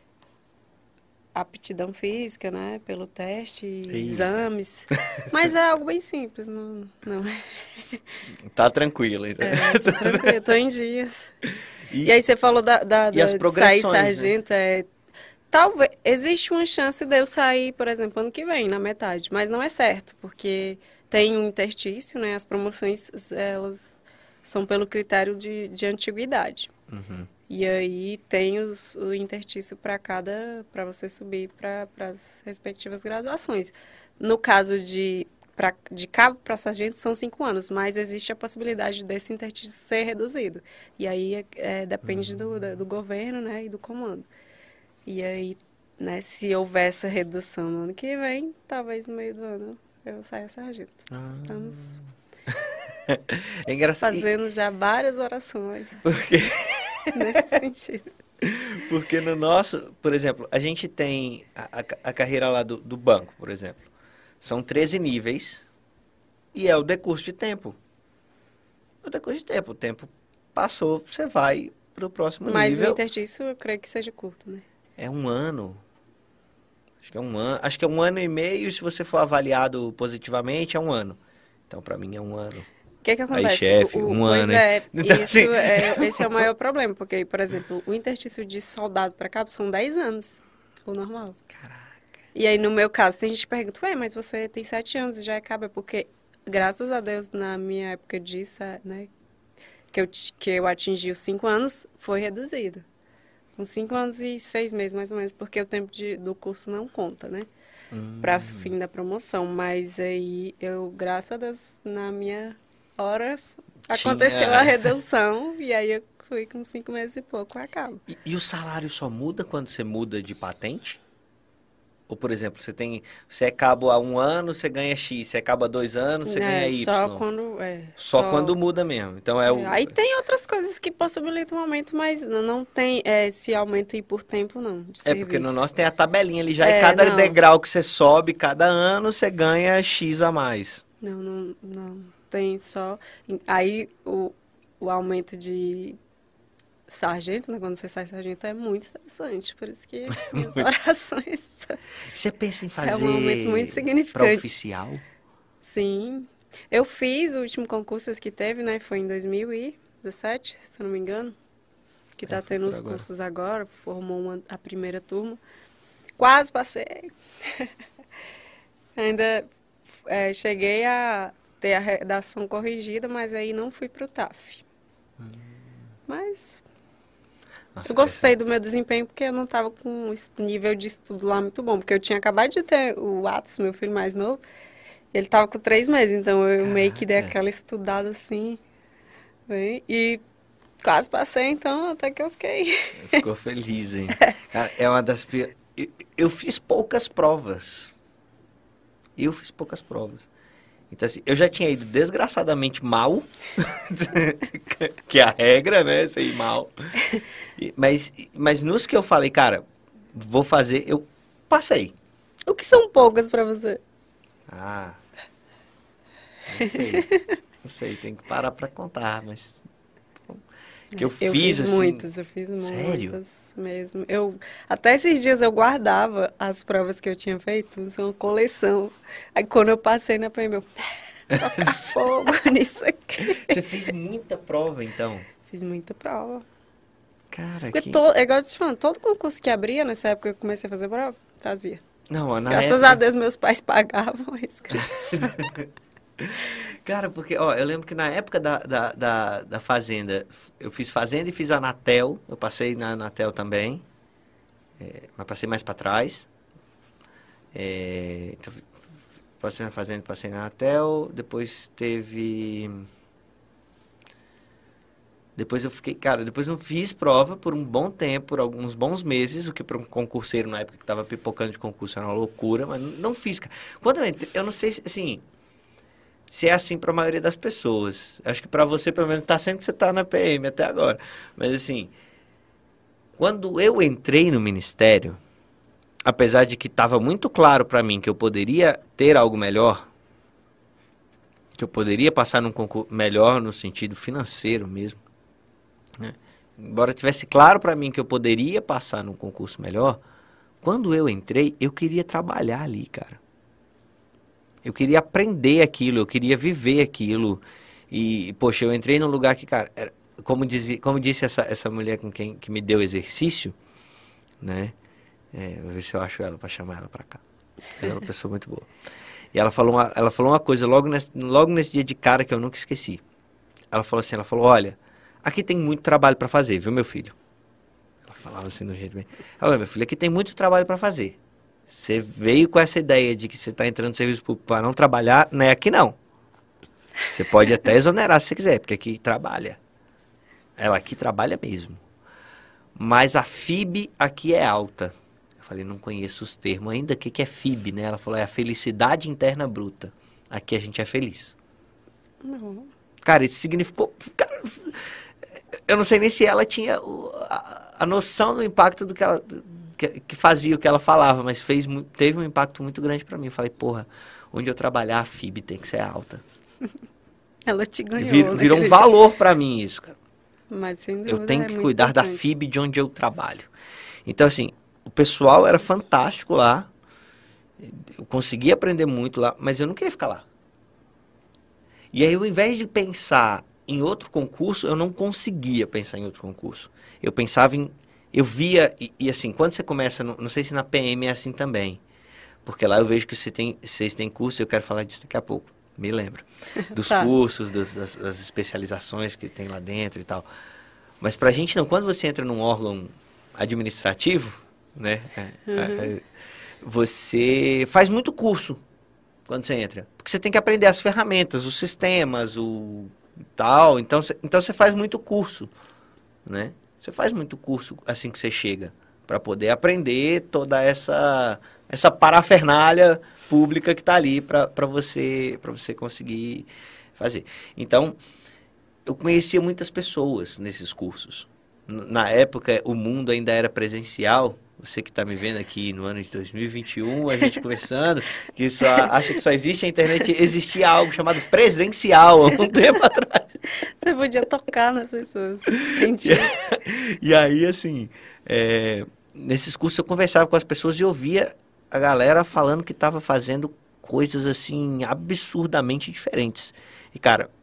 aptidão física, né? Pelo teste, Eita. exames. Mas é algo bem simples, não, não é. Tá tranquilo. Então. É, tô tranquilo, tô em dias. E, E aí você falou da, da, e as da- de sair progressões, né? sargento, é, talvez, existe uma chance de eu sair, por exemplo, ano que vem, na metade, mas não é certo, porque tem um interstício, né? As promoções, elas são pelo critério de, de antiguidade. Uhum. E aí tem os, o interstício para cada, para você subir para as respectivas graduações. No caso de, pra, de cabo para sargento são cinco anos, mas existe a possibilidade desse interstício ser reduzido. E aí é, depende do, da- do governo, né, e do comando. E aí, né, se houver essa redução no ano que vem, talvez no meio do ano eu saia sargento. Ah. Estamos É engraçado. fazendo já várias orações Porque... nesse sentido. Porque no nosso, por exemplo, a gente tem a, a, a carreira lá do, do banco, por exemplo. São treze níveis e é o decurso de tempo. O decurso de tempo. O tempo passou, você vai para o próximo Mas nível. o interstício eu creio que seja curto, né? É um ano. Acho que é um ano. Acho que é um ano e meio. Se você for avaliado positivamente, é um ano. Então, para mim, é um ano. O que que acontece? Aí, chefe, O- o- um pois ano, é, hein? Então, isso assim- é, esse é o maior problema, porque, por exemplo, o interstício de soldado para cabo são dez anos, o normal. Caraca. E aí, no meu caso, tem gente que pergunta, ué, mas você tem sete anos e já é cabo, é porque, graças a Deus, na minha época disso, né, que eu, ti- que eu atingi os cinco anos, foi reduzido. Com cinco anos e seis meses, mais ou menos, porque o tempo de, do curso não conta, né? Hum. Para fim da promoção. Mas aí, eu, graças a Deus, na minha hora, aconteceu Tinha- a redução e aí eu fui com cinco meses e pouco a cabo. E, e o salário só muda quando você muda de patente? Ou, por exemplo, você tem, você é cabo há um ano, você ganha X. Você é cabo há dois anos, você ganha É, Y. só quando... É, Só quando muda mesmo. Então é o. É, aí tem outras coisas que possibilitam um aumento, mas não não tem é, esse aumento aí por tempo, não, de É porque no serviço. nosso tem a tabelinha ali já, e É, cada não. degrau que você sobe, cada ano, você ganha X a mais. Não, não, não. Tem só... Aí o, o aumento de sargento, né? Quando você sai sargento, é muito interessante. Por isso que minhas orações... Você pensa em fazer É um aumento muito para significante. oficial? Sim. Eu fiz o último concurso que teve, né? Foi em dois mil e dezessete, se eu não me engano. que tá É, tendo por os agora. cursos agora, formou uma, a primeira turma. Quase passei. Ainda é, cheguei a ter a redação corrigida, mas aí não fui pro T A F. Mas Nossa, eu gostei essa- do meu desempenho porque eu não estava com esse nível de estudo lá muito bom. Porque eu tinha acabado de ter o Atos, meu filho mais novo, ele estava com três meses, então eu meio que dei Caraca. aquela estudada assim, bem, e quase passei, então até que eu fiquei. Ficou feliz, hein? Cara, é uma das piores. Eu, eu fiz poucas provas. Eu fiz poucas provas. Então, assim, eu já tinha ido desgraçadamente mal, que é a regra, né? Você ir mal. E- Mas, mas nos que eu falei, cara, vou fazer, eu passei. O que são poucas para você? Ah, não sei. Não sei, tem que parar pra contar, mas. Que eu, Eu fiz, fiz assim. muitas, eu fiz Sério? muitas mesmo. Eu, até esses dias eu guardava as provas que eu tinha feito, isso é uma coleção. Aí quando eu passei na P M, eu tocar fogo nisso aqui. Você fez muita prova, então. Fiz muita prova. Cara, Porque, que. to, é igual eu te falando, todo concurso que abria, nessa época que eu comecei a fazer prova, fazia. Não, na Graças época... a Deus meus pais pagavam a inscrição. Cara, porque, ó, eu lembro que na época da, da, da, da Fazenda, eu fiz Fazenda e fiz Anatel. Eu passei na Anatel também, é, mas passei mais pra trás. É, então, f- f- passei na Fazenda, passei na Anatel. Depois teve... Depois eu fiquei, cara, depois não fiz prova por um bom tempo, por alguns bons meses, o que para um concurseiro na época que tava pipocando de concurso era uma loucura, mas não, não fiz, cara. Quando eu entrei, eu não sei se, assim, se é assim para a maioria das pessoas. Acho que para você, pelo menos, tá sendo que você tá na P M até agora. Mas, assim, quando eu entrei no ministério, apesar de que estava muito claro para mim que eu poderia ter algo melhor, que eu poderia passar num concurso melhor no sentido financeiro mesmo, né? Embora tivesse claro para mim que eu poderia passar num concurso melhor, quando eu entrei, eu queria trabalhar ali, cara. Eu queria aprender aquilo, eu queria viver aquilo. E, poxa, eu entrei num lugar que, cara, era, como, dizia, como disse essa, essa mulher com quem que me deu exercício, né? É, vou ver se eu acho ela para chamar ela para cá. Ela é uma pessoa muito boa. E ela falou uma, ela falou uma coisa logo nesse, logo nesse dia de cara que eu nunca esqueci. Ela falou assim, ela falou, olha, aqui tem muito trabalho para fazer, viu, meu filho? Ela falava assim no jeito bem. Ela, olha, meu filho, aqui tem muito trabalho para fazer. Você veio com essa ideia de que você está entrando no serviço público para não trabalhar, não é aqui não. Você pode até exonerar se você quiser, porque aqui trabalha. Ela aqui trabalha mesmo. Mas a F I B aqui é alta. Eu falei, não conheço os termos ainda. O que, que é F I B, né? Ela falou, é a felicidade interna bruta. Aqui a gente é feliz. Não. Cara, isso significou... Cara, eu não sei nem se ela tinha o- a, a noção do impacto do que ela... Que, que fazia o que ela falava, mas fez, mu- teve um impacto muito grande pra mim. Eu falei, porra, onde eu trabalhar, a F I B tem que ser alta. Ela te ganhou. Vir, virou um naquele valor pra mim isso, cara. dia. Mas sem dúvida Eu tenho é que muito cuidar da importante. F I B de onde eu trabalho. Então, assim, o pessoal era fantástico lá. Eu consegui aprender muito lá, mas eu não queria ficar lá. E aí, ao invés de pensar em outro concurso, eu não conseguia pensar em outro concurso. Eu pensava em... Eu via... E, e assim, quando você começa... No, não sei se na P M é assim também. Porque lá eu vejo que você tem, vocês têm curso, eu quero falar disso daqui a pouco. Me lembra. Dos Tá. cursos, das, das, das especializações que tem lá dentro e tal. Mas pra gente não. Quando você entra num órgão administrativo, né? é, é, você faz muito curso quando você entra. Porque você tem que aprender as ferramentas, os sistemas, o tal. Então, você- então você faz muito curso, né? Você faz muito curso assim que você chega. Pra poder aprender toda essa, essa parafernália pública que tá ali pra pra você, pra você conseguir fazer. Então, eu conhecia muitas pessoas nesses cursos. N- Na época, o mundo ainda era presencial. Você que está me vendo aqui no ano de dois mil e vinte e um, a gente conversando, que só acha que só existe a internet, existia algo chamado presencial há um tempo atrás. Você podia tocar nas pessoas. Sentir. E aí, assim, é, nesses cursos eu conversava com as pessoas e ouvia a galera falando que estava fazendo coisas, assim, absurdamente diferentes. E, cara,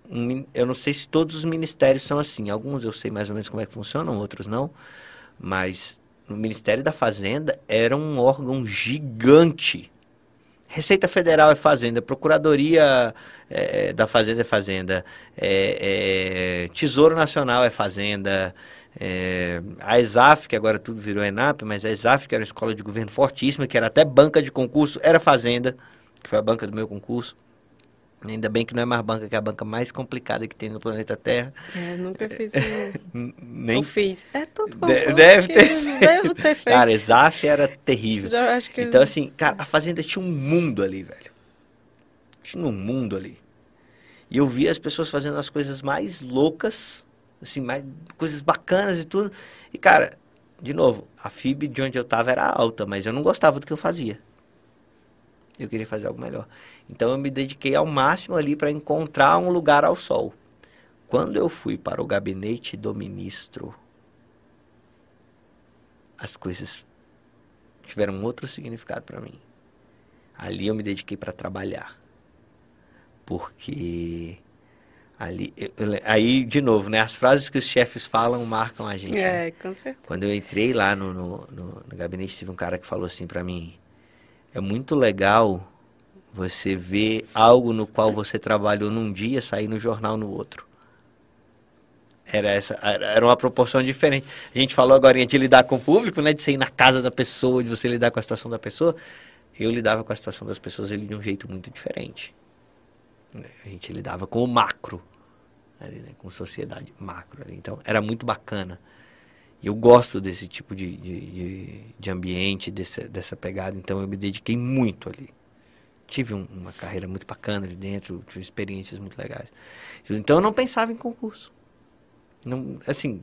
um, eu não sei se todos os ministérios são assim. Alguns eu sei mais ou menos como é que funcionam, outros não. Mas no Ministério da Fazenda era um órgão gigante. Receita Federal é Fazenda, Procuradoria é, da Fazenda é Fazenda, é, é, Tesouro Nacional é Fazenda, é, a ESAF, que agora tudo virou ENAP, mas a ESAF, que era uma escola de governo fortíssima, que era até banca de concurso, era Fazenda, que foi a banca do meu concurso. Ainda bem que não é mais banca, que é a banca mais complicada que tem no planeta Terra. É, nunca fiz. Nem Eu fiz. É tanto de, deve ter feito. Devo ter feito. Cara, ESAF era terrível. Já acho que Então, assim, cara, a Fazenda tinha um mundo ali, velho. Tinha um mundo ali. E eu via as pessoas fazendo as coisas mais loucas, assim, mais, coisas bacanas e tudo. E, cara, de novo, a F I B de onde eu tava era alta, mas eu não gostava do que eu fazia. Eu queria fazer algo melhor. Então eu me dediquei ao máximo ali para encontrar um lugar ao sol. Quando eu fui para o gabinete do ministro, as coisas tiveram outro significado para mim. Ali eu me dediquei para trabalhar. Porque ali, eu, aí de novo, né, as frases que os chefes falam marcam a gente. É, né? com certeza. Quando eu entrei lá no, no, no, no gabinete, teve um cara que falou assim para mim: é muito legal você ver algo no qual você trabalhou num dia sair no jornal no outro. Era essa, era uma proporção diferente. A gente falou agora de lidar com o público, né, de você ir na casa da pessoa, de você lidar com a situação da pessoa. Eu lidava com a situação das pessoas ele de um jeito muito diferente. A gente lidava com o macro, ali, né, com sociedade macro. Ali. Então, era muito bacana. E eu gosto desse tipo de, de, de, de ambiente, desse, dessa pegada. Então, eu me dediquei muito ali. Tive um, uma carreira muito bacana ali dentro, tive experiências muito legais. Então, eu não pensava em concurso. Não, assim,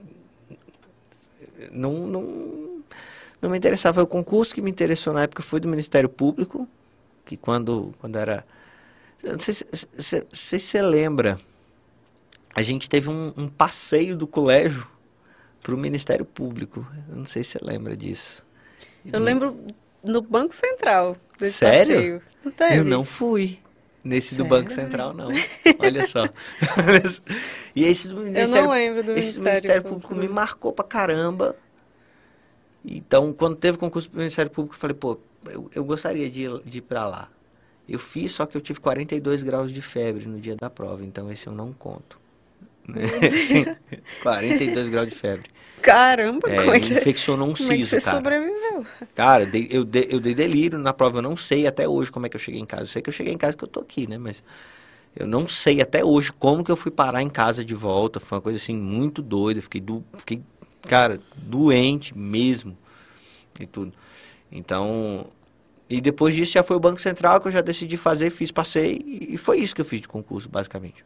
não, não, não me interessava. O concurso que me interessou na época foi do Ministério Público, que quando, quando era... Não sei se, se, se você lembra, a gente teve um, um passeio do colégio para o Ministério Público. Eu não sei se você lembra disso. Eu lembro no Banco Central desse Sério? passeio. Não teve? Eu não fui nesse Sério? do Banco Central, não. Olha só. E esse do Ministério, Eu não lembro do esse do Ministério, Ministério Público. Público me marcou pra caramba. Então, quando teve concurso pro Ministério Público, eu falei, pô, eu, eu gostaria de ir, de ir pra lá. Eu fiz, só que eu tive quarenta e dois graus de febre no dia da prova, então esse eu não conto. Sim, quarenta e dois graus de febre. Caramba, É, como é me que infeccionou um como é que siso, você cara. sobreviveu? Cara, eu dei, eu, dei, eu dei delírio na prova, eu não sei até hoje como é que eu cheguei em casa. Eu sei que eu cheguei em casa que eu tô aqui, né, mas eu não sei até hoje como que eu fui parar em casa de volta. Foi uma coisa, assim, muito doida. Fiquei, do, fiquei cara, doente mesmo e tudo. Então... E depois disso já foi o Banco Central que eu já decidi fazer, fiz, passei, e foi isso que eu fiz de concurso, basicamente.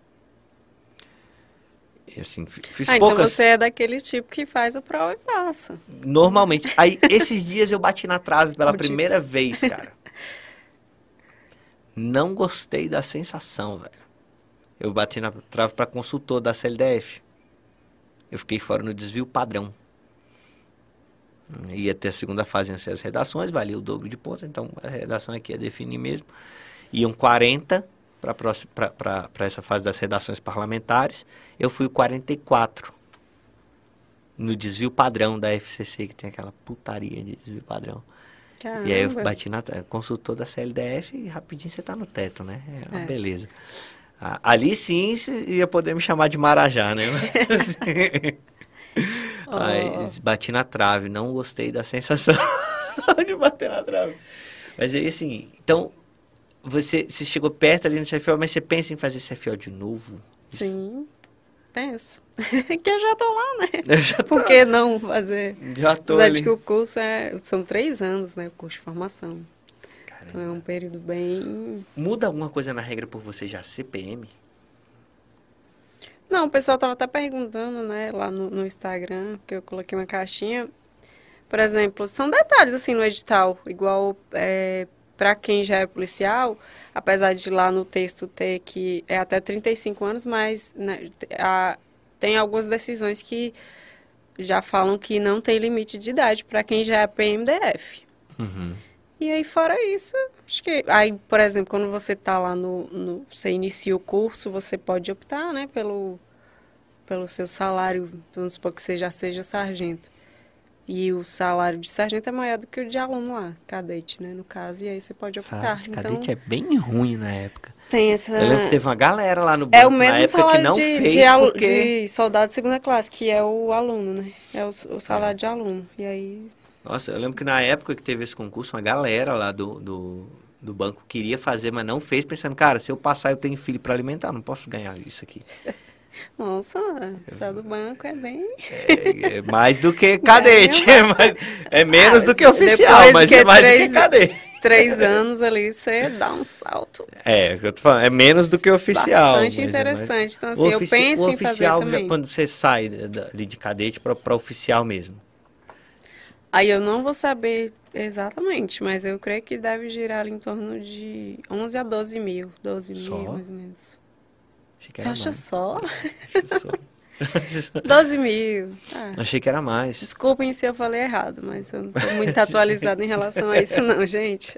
E assim, fiz ah, poucas... então você é daquele tipo que faz a prova e passa. Normalmente. Aí, esses dias eu bati na trave pela Malditos. primeira vez, cara. Não gostei da sensação, velho. Eu bati na trave para consultor da C L D F. Eu fiquei fora no desvio padrão. Ia ter a segunda fase, iam ser as redações, valia o dobro de pontos, então a redação aqui ia definir mesmo. Iam quarenta para essa fase das redações parlamentares, eu fui o quarenta e quatro no desvio padrão da F C C, que tem aquela putaria de desvio padrão. Caramba. E aí eu bati na consultor da C L D F e rapidinho você tá no teto, né? É uma É. beleza. Ah, ali sim você ia poder me chamar de Marajá, né? Oh. Mas bati na trave, não gostei da sensação de bater na trave. Mas aí assim, então, você, você chegou perto ali no C F O, mas você pensa em fazer C F O de novo? Isso. Sim, penso. que eu já tô lá, né? Eu já tô. Por que não fazer? Já tô Apesar ali. de que o curso é, são três anos, né? O curso de formação. Caramba. Então é um período bem... Muda alguma coisa na regra por você já ser P M? Não, o pessoal tava até perguntando, né, lá no, no Instagram, que eu coloquei uma caixinha. Por exemplo, são detalhes, assim, no edital. Igual, é, para quem já é policial, apesar de lá no texto ter que é até trinta e cinco anos, mas né, a, tem algumas decisões que já falam que não tem limite de idade para quem já é P M D F. Uhum. E aí, fora isso, Acho que aí, por exemplo, quando você está lá no, no... Você inicia o curso, você pode optar, né, pelo, pelo seu salário, vamos supor que você já seja sargento. E o salário de sargento é maior do que o de aluno lá, cadete, né, no caso. E aí você pode optar. Salário de então, cadete é bem ruim na época. Tem essa... Eu lembro que teve uma galera lá no banco É o mesmo na época salário que não de, fez de, al- porque... de soldado de segunda classe, que é o aluno, né? É o, o salário de aluno. E aí... Nossa, eu lembro que na época que teve esse concurso, uma galera lá do, do, do banco queria fazer, mas não fez, pensando, cara, se eu passar eu tenho filho para alimentar, não posso ganhar isso aqui. Nossa, o céu do banco é bem... É, é mais do que cadete, é, mais, é menos Ah, do que oficial, depois mas que é mais três- do que cadete. Três anos ali, você dá um salto É, eu tô falando, é menos do que oficial. bastante mas é mais- interessante. Então, assim, O eu ofici- penso o em fazer oficial, também. quando você sai da- de, de cadete para oficial mesmo. Aí eu não vou saber exatamente, mas eu creio que deve girar ali em torno de onze a doze mil. doze Só? mil, mais ou menos. Achei que Você era acha mais. só? Achei só. doze mil. Ah, Achei que era mais. desculpem se eu falei errado, mas eu não estou muito atualizada em relação a isso não, gente.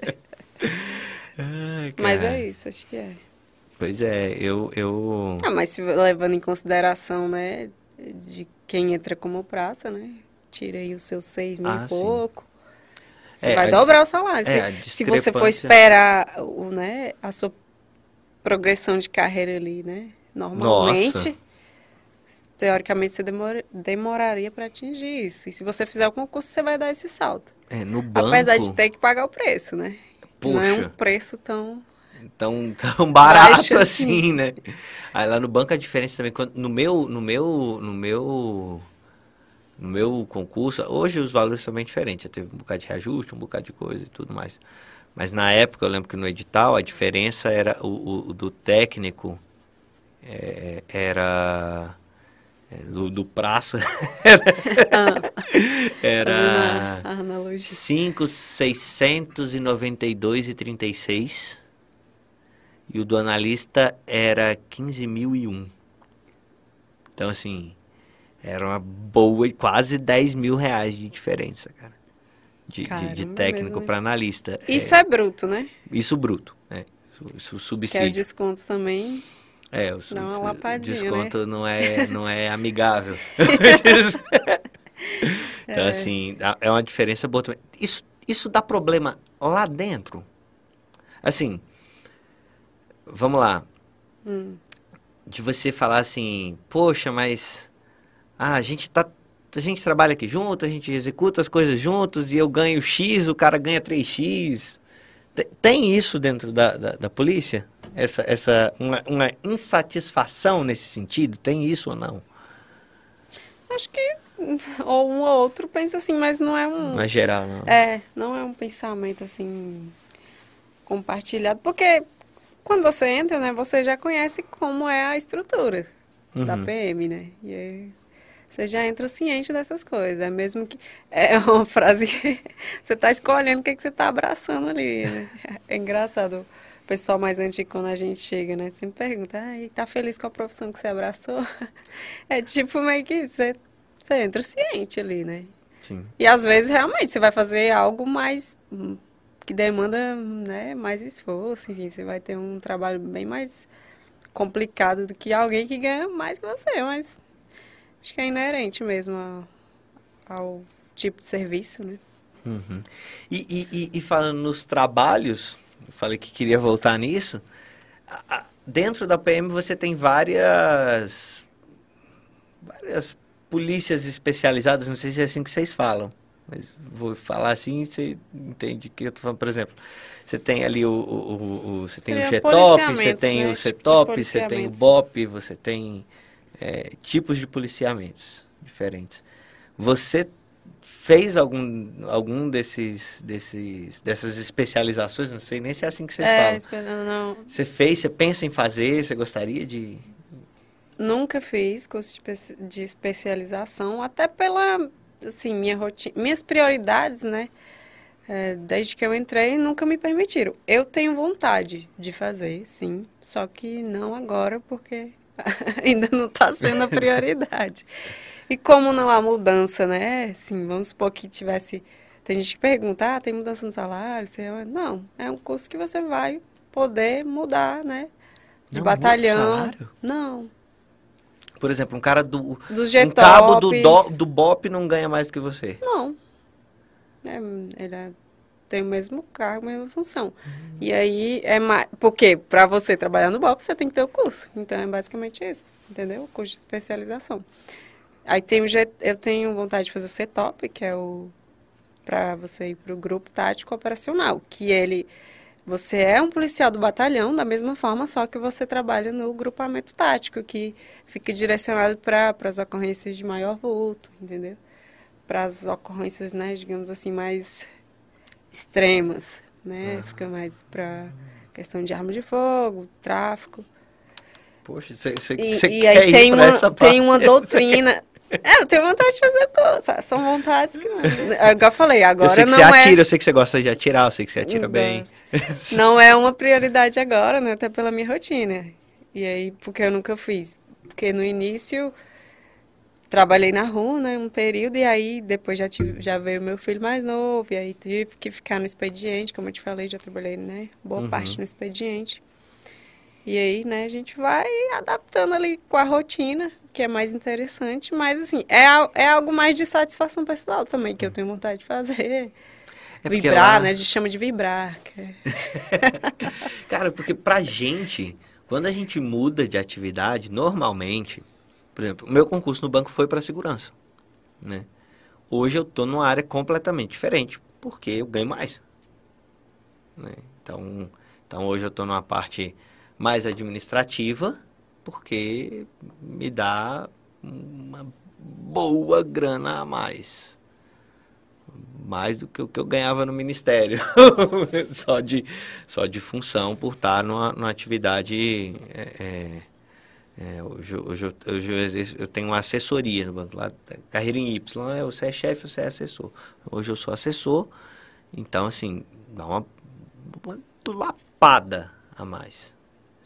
Ai, Mas cara. é isso, acho que é. Pois é, eu... eu... Ah, mas se levando em consideração, né, de quem entra como praça, né, tira aí os seus seis mil Ah, e sim. pouco, você É, vai a- dobrar o salário. é, a se, se você for discrepância- esperar, o, né, a sua progressão de carreira ali, né, normalmente, Nossa. teoricamente você demora- demoraria para atingir isso. E se você fizer o concurso, você vai dar esse salto. É, no banco... Apesar de ter que pagar o preço, né? Não é um Poxa. preço tão... tão, tão barato Baixo assim, assim. né? Aí lá no banco a diferença também, quando, no meu, no meu, no meu, no meu concurso, hoje os valores são bem diferentes, já teve um bocado de reajuste, um bocado de coisa e tudo mais. Mas na época, eu lembro que no edital, a diferença era, o, o- o do técnico, é, era, é, do, do praça, era A analogia. cinco mil seiscentos e noventa e dois e trinta e seis e o do analista era quinze mil e um. Então, assim, era uma boa e quase dez mil reais de diferença, cara. De, de- de Caramba, técnico mesmo, né? para analista. Isso é bruto, né? Isso bruto, né? Isso, isso Que é o subsídio. desconto também. É, o, su- dá uma o lapadinha, desconto não é, não é amigável. Então, assim, a- é uma diferença boa também. Isso, isso dá problema lá dentro? Assim, vamos lá. Hum. De você falar assim, poxa, mas ah, a gente tá, a gente trabalha aqui junto, a gente executa as coisas juntos e eu ganho X, o cara ganha três x. Te- Tem isso dentro da, da, da polícia? Essa, essa uma, uma insatisfação nesse sentido? Tem isso ou não? Acho que ou um ou outro pensa assim, mas não é um... Não é geral, não. É, não é um pensamento assim compartilhado, porque quando você entra, né, você já conhece como é a estrutura da Uhum. P M, né? E aí você já entra ciente dessas coisas. É mesmo que é uma frase que você está escolhendo o que, que você está abraçando ali, né? É engraçado. O pessoal mais antigo, quando a gente chega, né, sempre pergunta, ai, tá feliz com a profissão que você abraçou? É tipo meio que você, você entra ciente ali, né? Sim. E às vezes realmente você vai fazer algo mais hum, que demanda, né, mais esforço, enfim, você vai ter um trabalho bem mais complicado do que alguém que ganha mais que você, mas acho que é inerente mesmo ao, ao tipo de serviço, né? Uhum. E, e, e- e falando nos trabalhos, eu falei que queria voltar nisso. a- a- dentro da P M você tem várias, várias polícias especializadas, não sei se é assim que vocês falam, mas vou falar assim, você entende que eu tô falando, por exemplo, você tem ali o, o, o- o- você tem o Seria G T O P, você policiamentos, tem né? o Tipo de C T O P, você tem o policiamentos. B O P, você tem é, tipos de policiamentos diferentes. Você fez algum, algum desses, desses, dessas especializações? Não sei nem se é assim que vocês É, falam. esperando, não. Você fez, você pensa em fazer, você gostaria de... Nunca fiz curso de, espe- de especialização, até pela, assim, minha rotina, minhas prioridades, né? É, desde que eu entrei, nunca me permitiram. Eu tenho vontade de fazer, sim, só que não agora, porque ainda não está sendo a prioridade. E como não há mudança, né? Assim, vamos supor que tivesse Tem gente que pergunta, ah, tem mudança no salário? Você... Não, é um curso que você vai poder mudar, né? De Não, batalhão. muda o salário? Não. Por exemplo, um cara do... Do G T O P. Um cabo do, do, do B O P não ganha mais do que você? Não. É, ele é, tem o mesmo cargo, a mesma função. Uhum. E aí, é mais... Porque para você trabalhar no B O P, você tem que ter o curso. Então, é basicamente isso. Entendeu? O curso de especialização. Aí tem o G... eu tenho vontade de fazer o C T O P, que é o... para você ir para o grupo tático operacional. Que ele... Você é um policial do batalhão, da mesma forma, só que você trabalha no grupamento tático, que fica direcionado para as ocorrências de maior vulto, entendeu? Para as ocorrências, né, digamos assim, mais extremas, né? Ah. Fica mais para questão de arma de fogo, tráfico. Poxa, você quer e ir aí tem uma, essa parte? Tem uma doutrina... É, eu tenho vontade de fazer coisa. São vontades que não... Igual eu falei, agora não é... Eu sei que você atira, é... eu sei que você gosta de atirar, eu sei que você atira bem. Não é uma prioridade agora, né? Até pela minha rotina. E aí, porque eu nunca fiz. Porque no início, trabalhei na rua, né? Um período, e aí depois já, tive, já veio meu filho mais novo, e aí tive que ficar no expediente, como eu te falei, já trabalhei, né? Boa uhum. parte no expediente. E aí, né, a gente vai adaptando ali com a rotina, que é mais interessante, mas assim, é, é algo mais de satisfação pessoal também, que eu tenho vontade de fazer. É vibrar, lá... né, a gente chama de vibrar. Que é... Cara, porque pra gente, quando a gente muda de atividade, normalmente, por exemplo, o meu concurso no banco foi para segurança, né? Hoje eu tô numa área completamente diferente, porque eu ganho mais, né? Então, então hoje eu tô numa parte mais administrativa, porque me dá uma boa grana a mais. Mais do que o que eu ganhava no ministério. só, de, só de função por estar numa, numa atividade... É, é, hoje, hoje, eu, hoje eu, exerço, eu tenho uma assessoria no banco. Lá, carreira em Y, você é chefe, você é assessor. Hoje eu sou assessor, então, assim, dá uma, uma lapada a mais.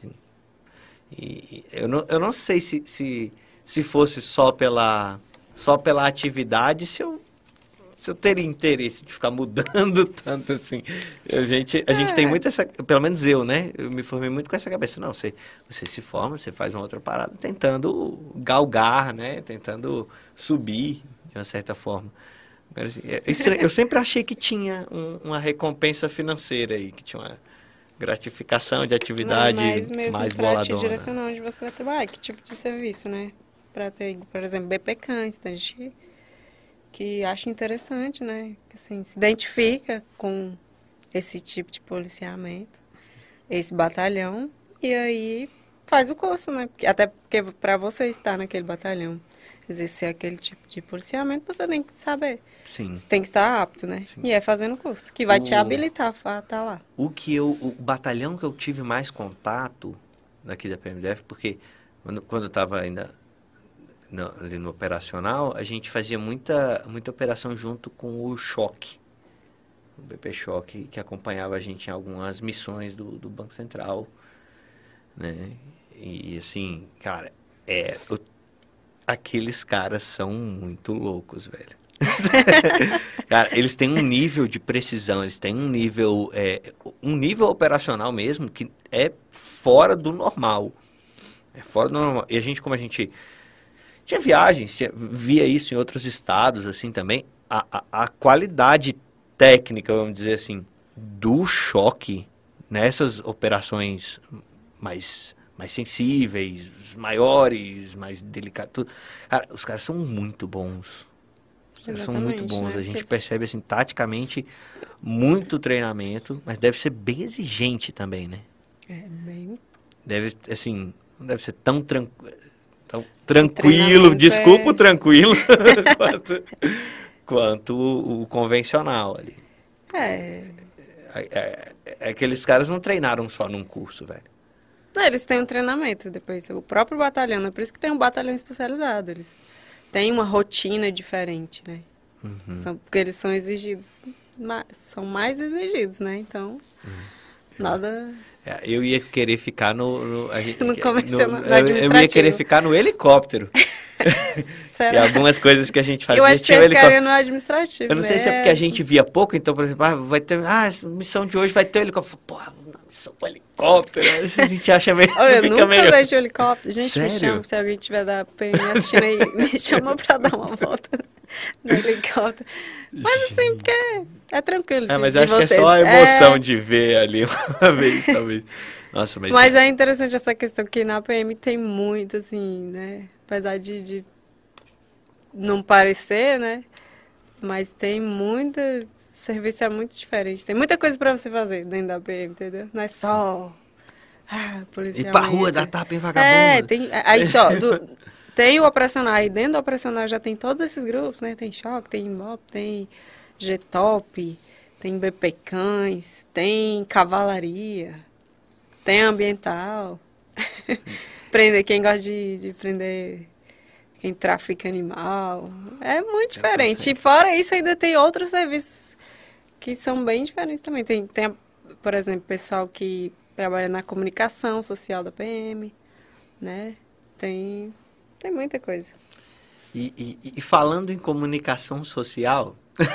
E eu não, eu não sei se, se, se fosse só pela, só pela atividade, se eu, se eu teria interesse de ficar mudando tanto assim. A gente, a é. gente tem muito essa, pelo menos eu, né? Eu me formei muito com essa cabeça. Não, você, você se forma, você faz uma outra parada, tentando galgar, né? Tentando subir, de uma certa forma. Agora, assim, eu, eu sempre achei que tinha um, uma recompensa financeira aí, que tinha uma... gratificação de atividade mais boladona. Te direcionar onde você vai trabalhar, que tipo de serviço, né? Para ter, por exemplo, B P Cães, tem gente que acha interessante, né? Que assim, se identifica com esse tipo de policiamento, esse batalhão, e aí faz o curso, né? Até porque para você estar naquele batalhão, exercer aquele tipo de policiamento, você tem que saber. Sim. Você tem que estar apto, né? Sim. E é fazendo o curso, que vai o, te habilitar a estar lá. O que eu, o batalhão que eu tive mais contato daqui da P M D F, porque quando, quando eu estava ainda no, ali no operacional, a gente fazia muita, muita operação junto com o Choque, o B P Choque, que acompanhava a gente em algumas missões do, do Banco Central, né? E assim, cara, é, o, aqueles caras são muito loucos, velho. Cara, eles têm um nível de precisão, eles têm um nível, é, um nível operacional mesmo que é fora do normal. É fora do normal. E a gente, como a gente tinha viagens, tinha, via isso em outros estados, assim, também, a, a, a qualidade técnica, vamos dizer assim, do Choque nessas operações mais, mais sensíveis, maiores, mais delicadas, cara, os caras são muito bons. Eles são muito bons, né? A gente percebe, assim, taticamente, muito treinamento, mas deve ser bem exigente também, né? É, bem... Deve, assim, não deve ser tão, tran... tão tranquilo, desculpa é... o tranquilo, quanto, quanto o, o convencional ali. É. É, é... é... Aqueles caras não treinaram só num curso, velho. Não, eles têm um treinamento depois, o próprio batalhão, é por isso que tem um batalhão especializado, eles... Tem uma rotina diferente, né? Uhum. São, porque eles são exigidos, são mais exigidos, né? Então, uhum. nada... É, eu ia querer ficar no... no, a gente, no convencional, no, eu, eu ia querer ficar no helicóptero. E algumas coisas que a gente fazia... Eu acho que você ficaria no administrativo. Eu não sei se é porque a gente via pouco, então, por exemplo, ah, vai ter... Ah, a missão de hoje vai ter um helicóptero. Porra, missão com helicóptero. A gente acha meio... Olha, eu nunca meio... deixo o helicóptero. Gente, Sério? me chama, se alguém tiver da P M assistindo aí, me chama pra dar uma volta no helicóptero. Mas assim, porque é tranquilo de, É, mas de eu acho você. que é só a emoção é... de ver ali uma vez, talvez. Nossa, mas... Mas é interessante essa questão, que na P M tem muito, assim, né? Apesar de, de não parecer, né? Mas tem muita... O serviço é muito diferente. Tem muita coisa pra você fazer dentro da P M, entendeu? Não é só... Ah, ir pra rua, dar tapa em vagabundo. É, tem... Aí, só, do, tem o operacional. Aí dentro do operacional já tem todos esses grupos, né? Tem choque, tem IMOP, tem G T O P, tem B P Cães, tem cavalaria, tem ambiental. Prender quem gosta de, de prender... Quem trafica animal. É muito diferente. E fora isso, ainda tem outros serviços que são bem diferentes também. Tem, tem por exemplo, pessoal que trabalha na comunicação social da P M, né? Tem, tem muita coisa. E, e, e falando em comunicação social,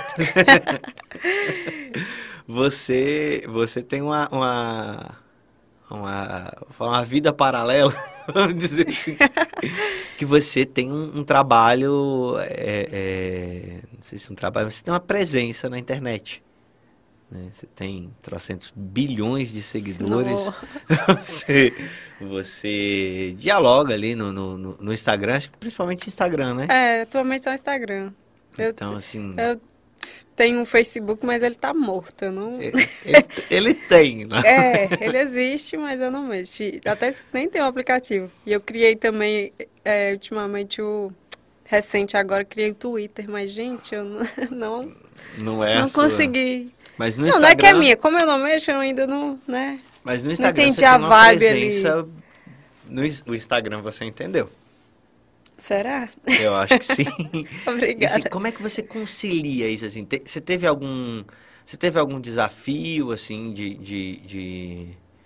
você, você tem uma, uma, uma, uma vida paralela, vamos dizer assim, que você tem um, um trabalho, é, é, não sei se é um trabalho, mas você tem uma presença na internet. Né? Você tem trocentos bilhões de seguidores, você, você dialoga ali no, no, no Instagram, acho que principalmente Instagram, né? É, atualmente só Instagram. Então, assim... Eu tenho um Facebook, mas ele tá morto, eu não... Ele, ele, ele tem, né? É, ele existe, mas eu não mexo. Até nem tem um aplicativo. E eu criei também, é, ultimamente, o... Recente agora, criei o Twitter, mas, gente, eu não... Não, não é Não a sua... consegui... Mas no não, Instagram... não é que é minha. Como eu não mexo, eu ainda não, né? Mas no Instagram não entendi você a tem uma vibe presença... ali. No, no Instagram você entendeu? Será? Eu acho que sim. Obrigada. E, assim, como é que você concilia isso, assim? Te, você teve algum... Você teve algum desafio, assim, de... de, de...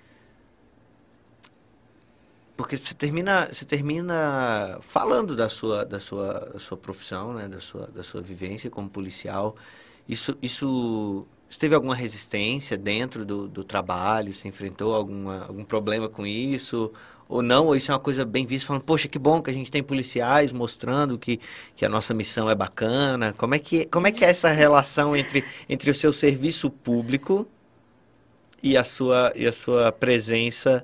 Porque você termina, você termina falando da sua, da sua, da sua profissão, né? Da sua, da sua vivência como policial. Isso... isso Você teve alguma resistência dentro do, do trabalho? Você enfrentou alguma, algum problema com isso? Ou não? Ou isso é uma coisa bem vista? Falando, poxa, que bom que a gente tem policiais mostrando que, que a nossa missão é bacana. Como é que, como é, que é essa relação entre, entre o seu serviço público e a sua, e a sua presença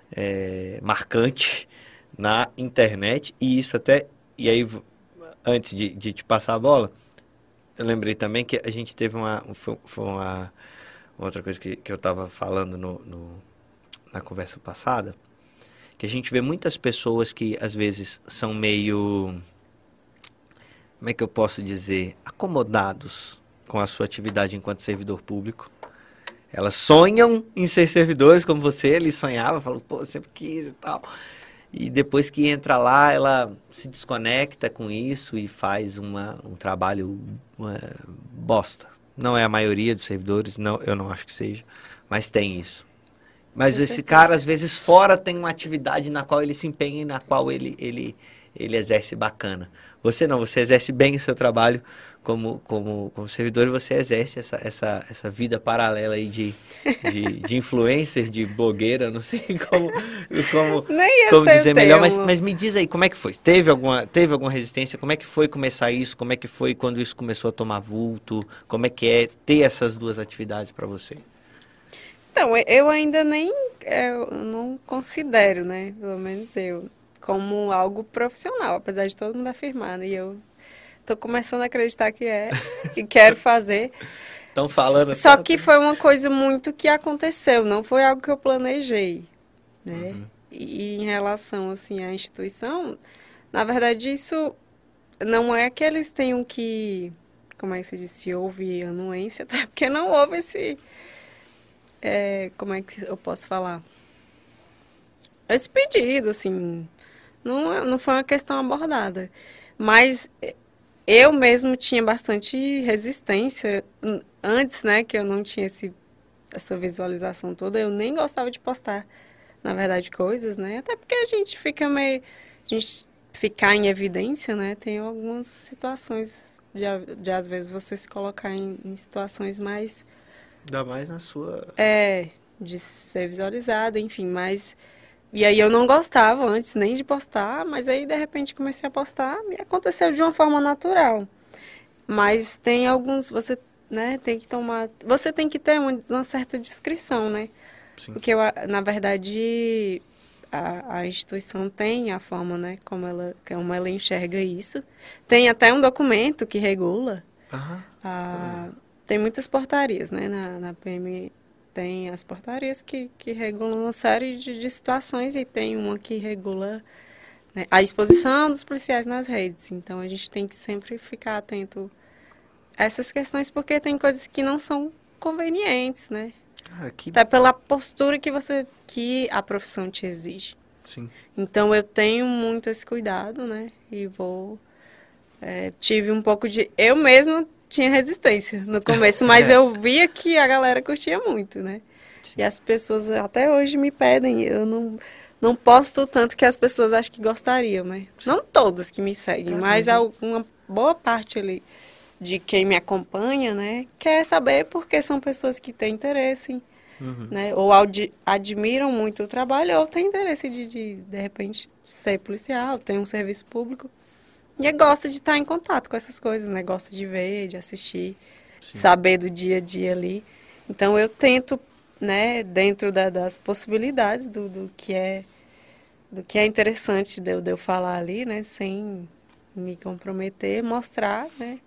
é, marcante na internet? E isso até... E aí, antes de, de te passar a bola... Eu lembrei também que a gente teve uma... Foi, foi uma outra coisa que, que eu estava falando no, no, na conversa passada, que a gente vê muitas pessoas que, às vezes, são meio... Como é que eu posso dizer? Acomodados com a sua atividade enquanto servidor público. Elas sonham em ser servidores como você, ele sonhava, falou, pô, sempre quis e tal... E depois que entra lá, ela se desconecta com isso e faz uma, um trabalho uma bosta. Não é a maioria dos servidores, não, eu não acho que seja, mas tem isso. Mas Com esse certeza. cara, às vezes, fora tem uma atividade na qual ele se empenha e na qual ele, ele, ele exerce bacana. Você não, você exerce bem o seu trabalho como, como, como servidor e você exerce essa, essa, essa vida paralela aí de, de, de influencer, de blogueira, não sei como, como, Nem eu como sei o dizer melhor, mas, termo. mas me diz aí, como é que foi? Teve alguma, teve alguma resistência? Como é que foi começar isso? Como é que foi quando isso começou a tomar vulto? Como é que é ter essas duas atividades para você? Então, eu ainda nem... Eu não considero, né? Pelo menos eu. Como algo profissional, apesar de todo mundo afirmar, né? E eu tô começando a acreditar que é. E quero fazer. Estão falando Só tanto, que né? foi uma coisa muito que aconteceu, não foi algo que eu planejei, né? Uhum. E em relação, assim, à instituição, na verdade, isso não é que eles tenham que, como é que se diz, se houve anuência, até porque não houve esse, é, como é que eu posso falar? Esse pedido, assim, não, é- não foi uma questão abordada. Mas eu mesmo tinha bastante resistência an- antes, né, que eu não tinha esse, essa visualização toda, eu nem gostava de postar, na verdade, coisas, né? Até porque a gente fica meio, a gente ficar em evidência, né? Tem algumas situações de, de às vezes, você se colocar em, em situações mais... Ainda mais na sua... É, de ser visualizada, enfim, mas... E aí eu não gostava antes nem de postar, mas aí, de repente, comecei a postar e aconteceu de uma forma natural. Mas tem alguns... Você, né, tem que tomar... Você tem que ter uma, uma certa discrição, né? Sim. Porque, eu, na verdade... A, a instituição tem a forma, né, como ela, como ela enxerga isso. Tem até um documento que regula. Uhum. A, tem muitas portarias, né, na, na P M tem as portarias que, que regulam uma série de, de situações e tem uma que regula, né, a exposição dos policiais nas redes. Então, a gente tem que sempre ficar atento a essas questões, porque tem coisas que não são convenientes, né? Cara, que... Até pela postura que você que a profissão te exige. Sim. Então eu tenho muito esse cuidado, né? E vou é, tive um pouco de eu mesma tinha resistência no começo, mas eu via que a galera curtia muito, né? Sim. E as pessoas até hoje me pedem, eu não não posto tanto que as pessoas acham que gostariam, né? Sim. Não todas que me seguem, Caramba. Mas alguma boa parte ali de quem me acompanha, né, quer saber porque são pessoas que têm interesse, uhum. né, ou ad, admiram muito o trabalho, ou têm interesse de, de, de repente, ser policial, ter um serviço público, e gosta de estar em contato com essas coisas, né, gosta de ver, de assistir, Sim. saber do dia a dia ali. Então, eu tento, né, dentro da, das possibilidades do, do, que é, do que é interessante de eu, de eu falar ali, né, sem me comprometer, mostrar, né,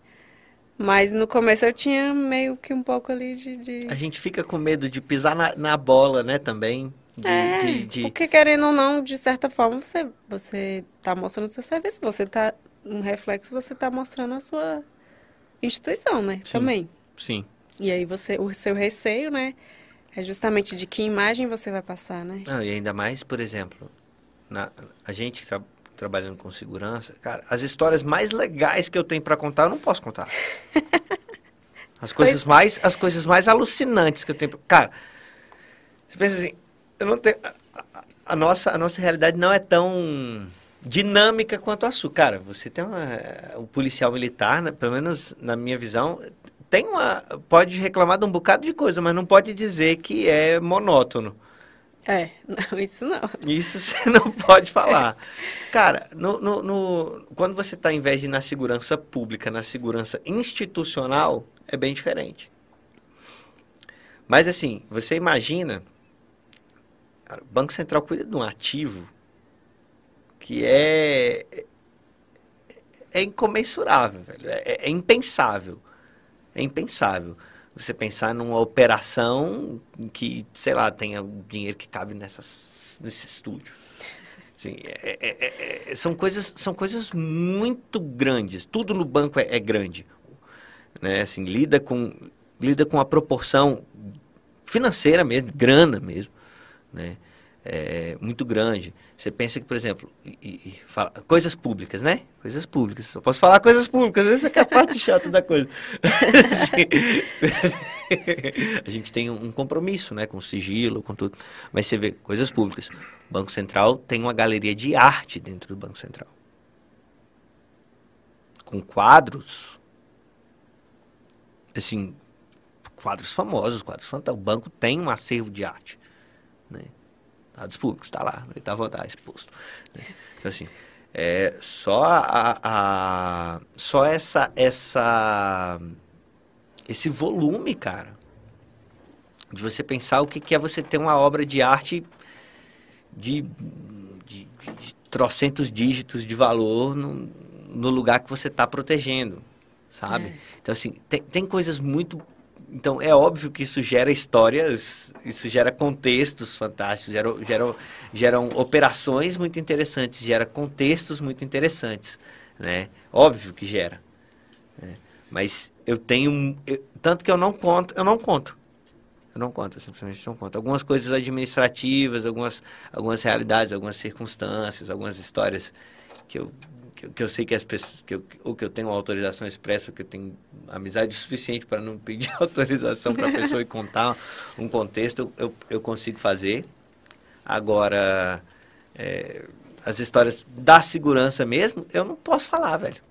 mas no começo eu tinha meio que um pouco ali de... de... A gente fica com medo de pisar na, na bola, né, também. De, é, de, de... porque querendo ou não, de certa forma, você, você tá mostrando o seu serviço. Você tá, um reflexo, você tá mostrando a sua instituição, né, Sim, também. Sim. E aí você, o seu receio, né, é justamente de que imagem você vai passar, né. Não, e ainda mais, por exemplo, na, a gente tra trabalhando com segurança, cara, as histórias mais legais que eu tenho para contar, eu não posso contar. As coisas mais, as coisas mais alucinantes que eu tenho... Cara, você pensa assim, eu não tenho... A, a, a nossa, a nossa realidade não é tão dinâmica quanto a sua. Cara, você tem uma, um policial militar, né, pelo menos na minha visão, tem uma... Pode reclamar de um bocado de coisa, mas não pode dizer que é monótono. É, não, isso não. Isso você não pode falar. Cara, no, no, no, quando você está, em vez de na segurança pública, na segurança institucional, é bem diferente. Mas assim, você imagina, o Banco Central cuida de um ativo que é, é incomensurável, velho. É, é impensável. É impensável. Você pensar numa operação que, sei lá, tenha o dinheiro que cabe nessas, nesse estúdio. Assim, é, é, é, são, coisas, são coisas muito grandes. Tudo no banco é, é grande. Né? Assim, lida com, lida com a proporção financeira mesmo, grana mesmo. Né? É muito grande. Você pensa que, por exemplo, e, e fala, coisas públicas, né? Coisas públicas. Só posso falar coisas públicas. Essa é a parte chata da coisa. A gente tem um compromisso, né? Com sigilo, com tudo. Mas você vê, coisas públicas. O Banco Central tem uma galeria de arte dentro do Banco Central. Com quadros, assim, quadros famosos, quadros fantásticos. O banco tem um acervo de arte, né? Dados públicos, está lá, ele está à vontade, exposto. Né? Então, assim, é, só, a, a, só essa, essa, esse volume, cara, de você pensar o que, que é você ter uma obra de arte de, de, de, de trocentos dígitos de valor no, no lugar que você está protegendo, sabe? É. Então, assim, tem, tem coisas muito... Então, é óbvio que isso gera histórias, isso gera contextos fantásticos, gera, gera, geram operações muito interessantes, gera contextos muito interessantes, né? Óbvio que gera. Né? Mas eu tenho... Eu, tanto que eu não conto, eu não conto. Eu não conto, eu simplesmente não conto. Algumas coisas administrativas, algumas, algumas realidades, algumas circunstâncias, algumas histórias que eu... que eu sei que as pessoas, que eu, ou que eu tenho autorização expressa, ou que eu tenho amizade suficiente para não pedir autorização para a pessoa e contar um contexto, eu, eu consigo fazer. Agora, é, as histórias da segurança mesmo, eu não posso falar, velho.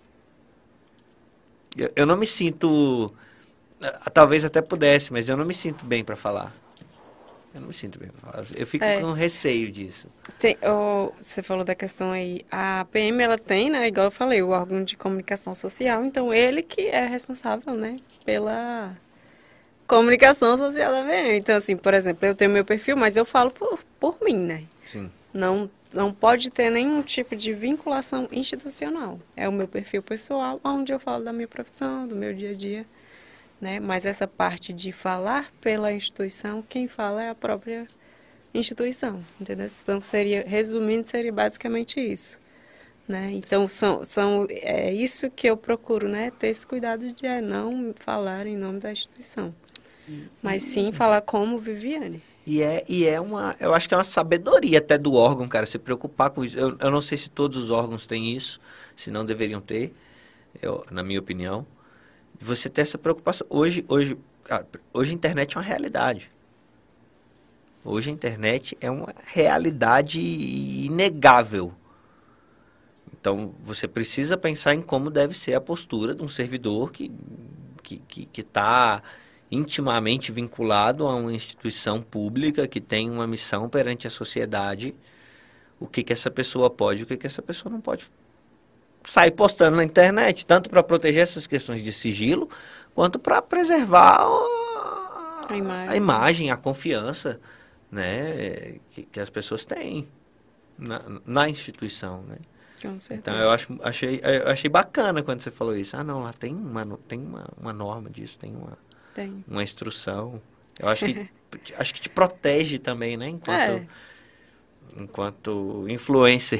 Eu, eu não me sinto... Talvez até pudesse, mas eu não me sinto bem para falar. Eu não me sinto bem pra falar. Eu fico É. com receio disso. Tem, oh, você falou da questão aí, a P M ela tem, né, igual eu falei, o órgão de comunicação social, então ele que é responsável, né, pela comunicação social da P M. Então, assim, por exemplo, eu tenho meu perfil, mas eu falo por, por mim, né? Sim. Não, não pode ter nenhum tipo de vinculação institucional. É o meu perfil pessoal, onde eu falo da minha profissão, do meu dia a dia, né? Mas essa parte de falar pela instituição, quem fala é a própria instituição, entendeu? Então, seria, resumindo, seria basicamente isso, né? Então, são, são, é isso que eu procuro, né? Ter esse cuidado de é, não falar em nome da instituição, mas sim falar como Viviane. E é, e é uma, eu acho que é uma sabedoria até do órgão, cara, se preocupar com isso. Eu, eu não sei se todos os órgãos têm isso, se não deveriam ter, eu, na minha opinião. Você ter essa preocupação. Hoje, hoje, ah, hoje a internet é uma realidade. Hoje a internet é uma realidade inegável. Então, você precisa pensar em como deve ser a postura de um servidor que que que que está intimamente vinculado a uma instituição pública que tem uma missão perante a sociedade. O que que essa pessoa pode, o que que essa pessoa não pode sair postando na internet, tanto para proteger essas questões de sigilo, quanto para preservar a, A imagem. a imagem, a confiança, né, que, que as pessoas têm na, na instituição, né? Com certeza. Então, eu acho, achei, eu achei bacana quando você falou isso. Ah, não, lá tem uma, tem uma, uma norma disso, tem uma, Tem. uma instrução. Eu acho que, acho que te protege também, né? Enquanto, É. enquanto influencer.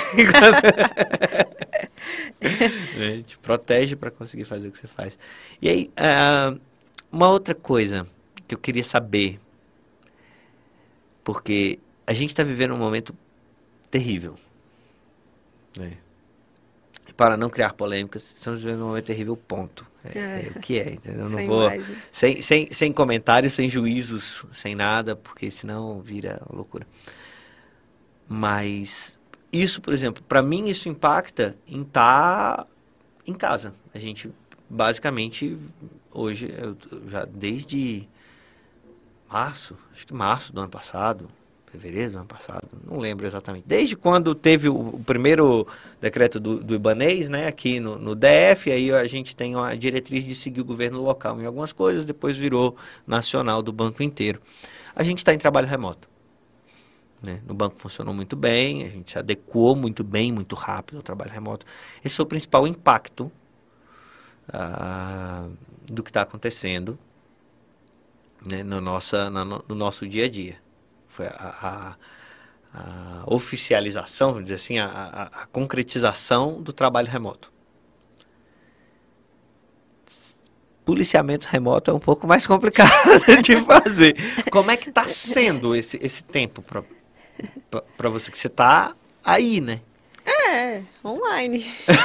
É, te protege para conseguir fazer o que você faz. E aí, uh, uma outra coisa que eu queria saber, porque a gente está vivendo um momento terrível, né? Para não criar polêmicas, estamos vivendo um momento terrível, ponto. É, é o que é, entendeu? Eu não Sem vou mais, né? sem, sem, sem comentários, sem juízos, sem nada, porque senão vira loucura. Mas isso, por exemplo, para mim isso impacta em estar em casa. A gente, basicamente, hoje, eu já desde março, acho que março do ano passado, fevereiro do ano passado, não lembro exatamente. Desde quando teve o, o primeiro decreto do, do Ibanez, né, aqui no, no D F, aí a gente tem a diretriz de seguir o governo local em algumas coisas, depois virou nacional do banco inteiro. A gente está em trabalho remoto. Né? No banco funcionou muito bem, a gente se adequou muito bem, muito rápido ao trabalho remoto. Esse é o principal impacto ah, do que está acontecendo, né, no, nossa, na, no nosso dia a dia. Foi a, a, a oficialização, vamos dizer assim, a, a, a concretização do trabalho remoto. Policiamento remoto é um pouco mais complicado de fazer. Como é que está sendo esse, esse tempo para para você, que você está aí, né? É, online.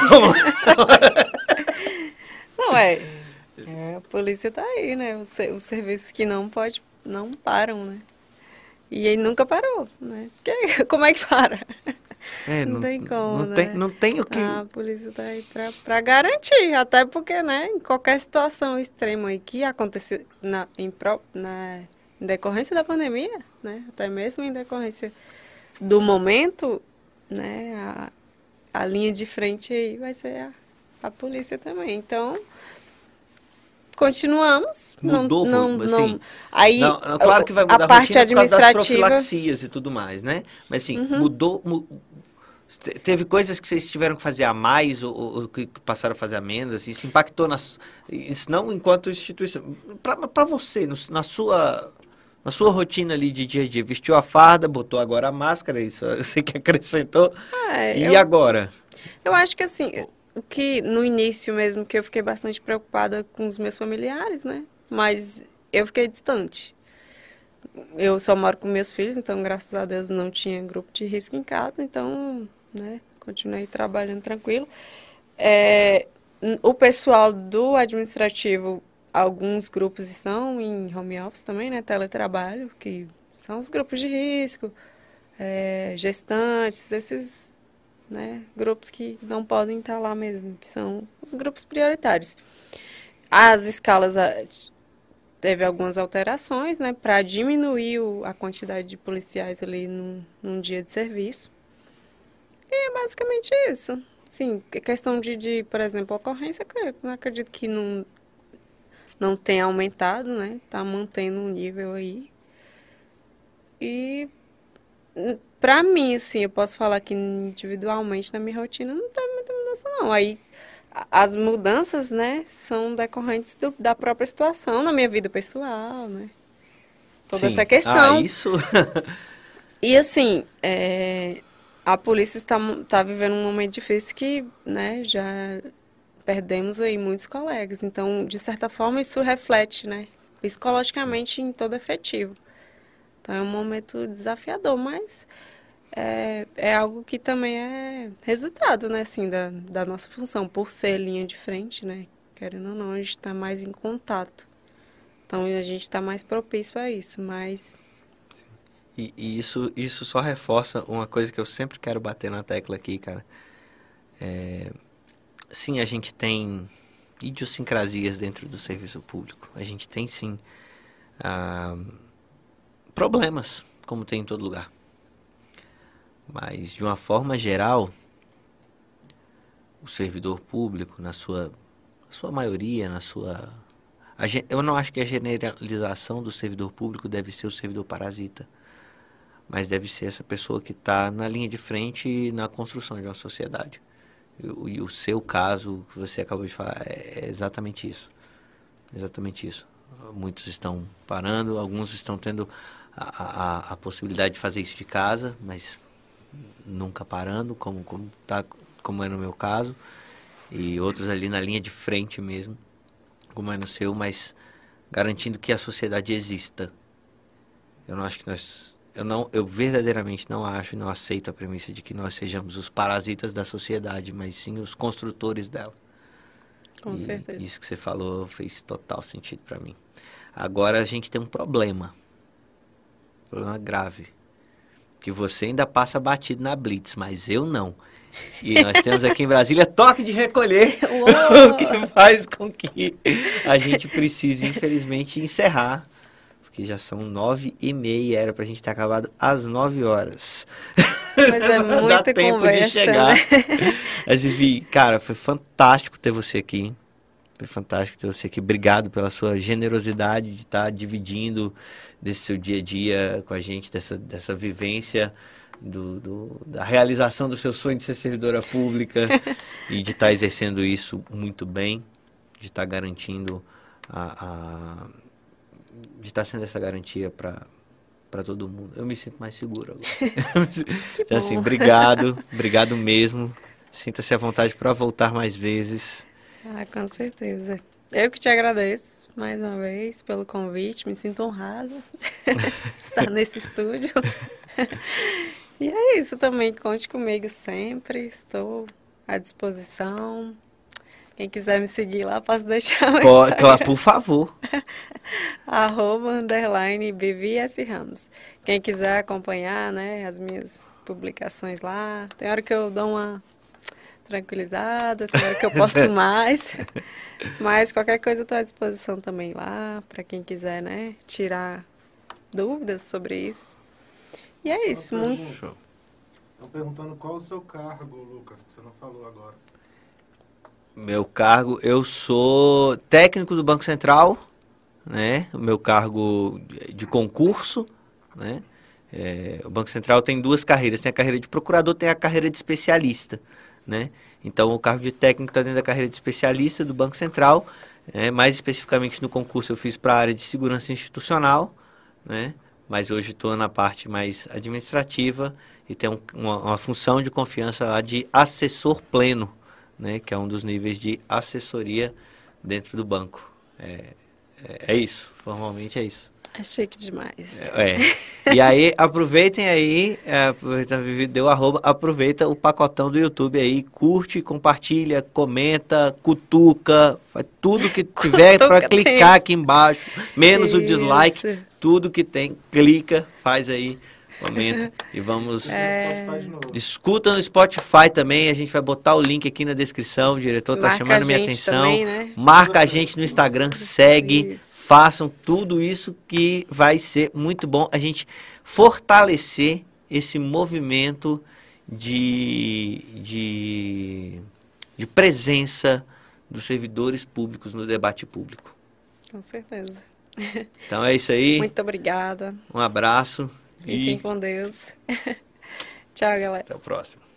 Não é, é. A polícia tá aí, né? Os, os serviços que não pode, não param, né? E ele nunca parou, né? Porque, como é que para? É, não, não tem como, não né? Tem, não tem o que... A polícia tá aí pra, pra garantir, até porque, né, em qualquer situação extrema aí que acontecer na, em, pro, na, em decorrência da pandemia, né, até mesmo em decorrência do momento, né, a, a linha de frente aí vai ser a, a polícia também. Então, continuamos. Mudou, não, não, assim... Não, aí, não, não, claro que vai mudar a parte rotina por causa das administrativa... profilaxias e tudo mais, né? Mas assim, Uhum. mudou... Mu, teve coisas que vocês tiveram que fazer a mais ou, ou que passaram a fazer a menos, assim, isso impactou nas, isso não enquanto instituição, para você, no, na sua na sua rotina ali de dia a dia, vestiu a farda, botou agora a máscara, isso eu sei que acrescentou, É, e eu, agora? Eu acho que assim, o que no início mesmo que eu fiquei bastante preocupada com os meus familiares, né, mas eu fiquei distante. Eu só moro com meus filhos, então, graças a Deus, não tinha grupo de risco em casa, então, né, continuei trabalhando tranquilo. É, o pessoal do administrativo, alguns grupos estão em home office também, né, teletrabalho, que são os grupos de risco, é, gestantes, esses, né, grupos que não podem estar lá mesmo, que são os grupos prioritários. As escalas, teve algumas alterações, né, para diminuir o, a quantidade de policiais ali num, num dia de serviço. E é basicamente isso. Sim, questão de, de, por exemplo, ocorrência, eu não acredito que não, não tenha aumentado, né, tá mantendo um nível aí. E, para mim, assim, eu posso falar que individualmente na minha rotina não teve muita mudança, não. Aí, as mudanças, né, são decorrentes do, da própria situação na minha vida pessoal, né? Toda Sim. essa questão. Ah, isso... E, assim, é, a polícia está, está vivendo um momento difícil que, né, já perdemos aí muitos colegas. Então, de certa forma, isso reflete, né, psicologicamente em todo efetivo. Então, é um momento desafiador, mas... É, é algo que também é resultado, né, assim, da, da nossa função, por ser linha de frente, né, querendo ou não, a gente está mais em contato. Então, a gente está mais propício a isso, mas... E, e isso, isso só reforça uma coisa que eu sempre quero bater na tecla aqui, cara. É, sim, a gente tem idiosincrasias dentro do serviço público. A gente tem, sim, ah, problemas, como tem em todo lugar. Mas, de uma forma geral, o servidor público, na sua, na sua maioria, na sua... A, eu não acho que a generalização do servidor público deve ser o servidor parasita, mas deve ser essa pessoa que está na linha de frente na construção de uma sociedade. E, e o seu caso, que você acabou de falar, é exatamente isso. Exatamente isso. Muitos estão parando, alguns estão tendo a, a, a possibilidade de fazer isso de casa, mas... nunca parando, como, como, tá, como é no meu caso, e outros ali na linha de frente mesmo, como é no seu, mas garantindo que a sociedade exista. Eu não acho que nós, eu não, eu verdadeiramente não acho e não aceito a premissa de que nós sejamos os parasitas da sociedade, mas sim os construtores dela. Com e certeza. Isso que você falou fez total sentido para mim. Agora a gente tem um problema, um problema grave, que você ainda passa batido na Blitz, mas eu não. E nós temos aqui em Brasília toque de recolher, o que faz com que a gente precise, infelizmente, encerrar, porque já são nove e meia, era pra gente ter acabado às nove horas. Mas é muita Dá tempo conversa, de chegar. né? Mas, enfim, cara, foi fantástico ter você aqui. Foi fantástico ter você aqui. Obrigado pela sua generosidade de estar dividindo desse seu dia a dia com a gente, dessa, dessa vivência, do, do, da realização do seu sonho de ser servidora pública e de estar exercendo isso muito bem, de estar garantindo, a, a, de estar sendo essa garantia para para todo mundo. Eu me sinto mais seguro agora. Então, assim, obrigado, obrigado mesmo. Sinta-se à vontade para voltar mais vezes. Ah, com certeza. Eu que te agradeço mais uma vez pelo convite, me sinto honrada de estar nesse estúdio. E é isso também, conte comigo sempre, estou à disposição. Quem quiser me seguir lá, posso deixar o Pode, claro, por favor. Arroba, underline, B V S Ramos. Quem quiser acompanhar, né, as minhas publicações lá, tem hora que eu dou uma tranquilizada, tem hora que eu posto mais. Mas qualquer coisa eu estou à disposição também lá, para quem quiser, né, tirar dúvidas sobre isso. E é isso. Muito... Estão perguntando qual o seu cargo, Lucas, que você não falou agora. Meu cargo, eu sou técnico do Banco Central, né? O meu cargo de concurso, né? É, o Banco Central tem duas carreiras, tem a carreira de procurador, tem a carreira de especialista, né? Então, o cargo de técnico está dentro da carreira de especialista do Banco Central, né? Mais especificamente no concurso eu fiz para a área de segurança institucional, né? Mas hoje estou na parte mais administrativa e tenho uma, uma função de confiança lá de assessor pleno, né, que é um dos níveis de assessoria dentro do banco. É, é, é isso, formalmente é isso. É chique demais. É, é. E aí, aproveitem aí, é, aproveita, deu arroba, aproveita o pacotão do YouTube aí, curte, compartilha, comenta, cutuca, faz tudo que tiver para clicar aqui embaixo, menos isso. O dislike, tudo que tem, clica, faz aí Comenta. E vamos... É. Spotify de novo. Escuta no Spotify também, a gente vai botar o link aqui na descrição, o diretor tá Marca chamando a minha gente atenção. também, né? Marca a gente no Instagram, segue, Isso. façam tudo isso que vai ser muito bom a gente fortalecer esse movimento de, de, de presença dos servidores públicos no debate público. Com certeza. Então é isso aí, Muito obrigada. um abraço Fiquem e com Deus. Tchau, galera. até o próximo.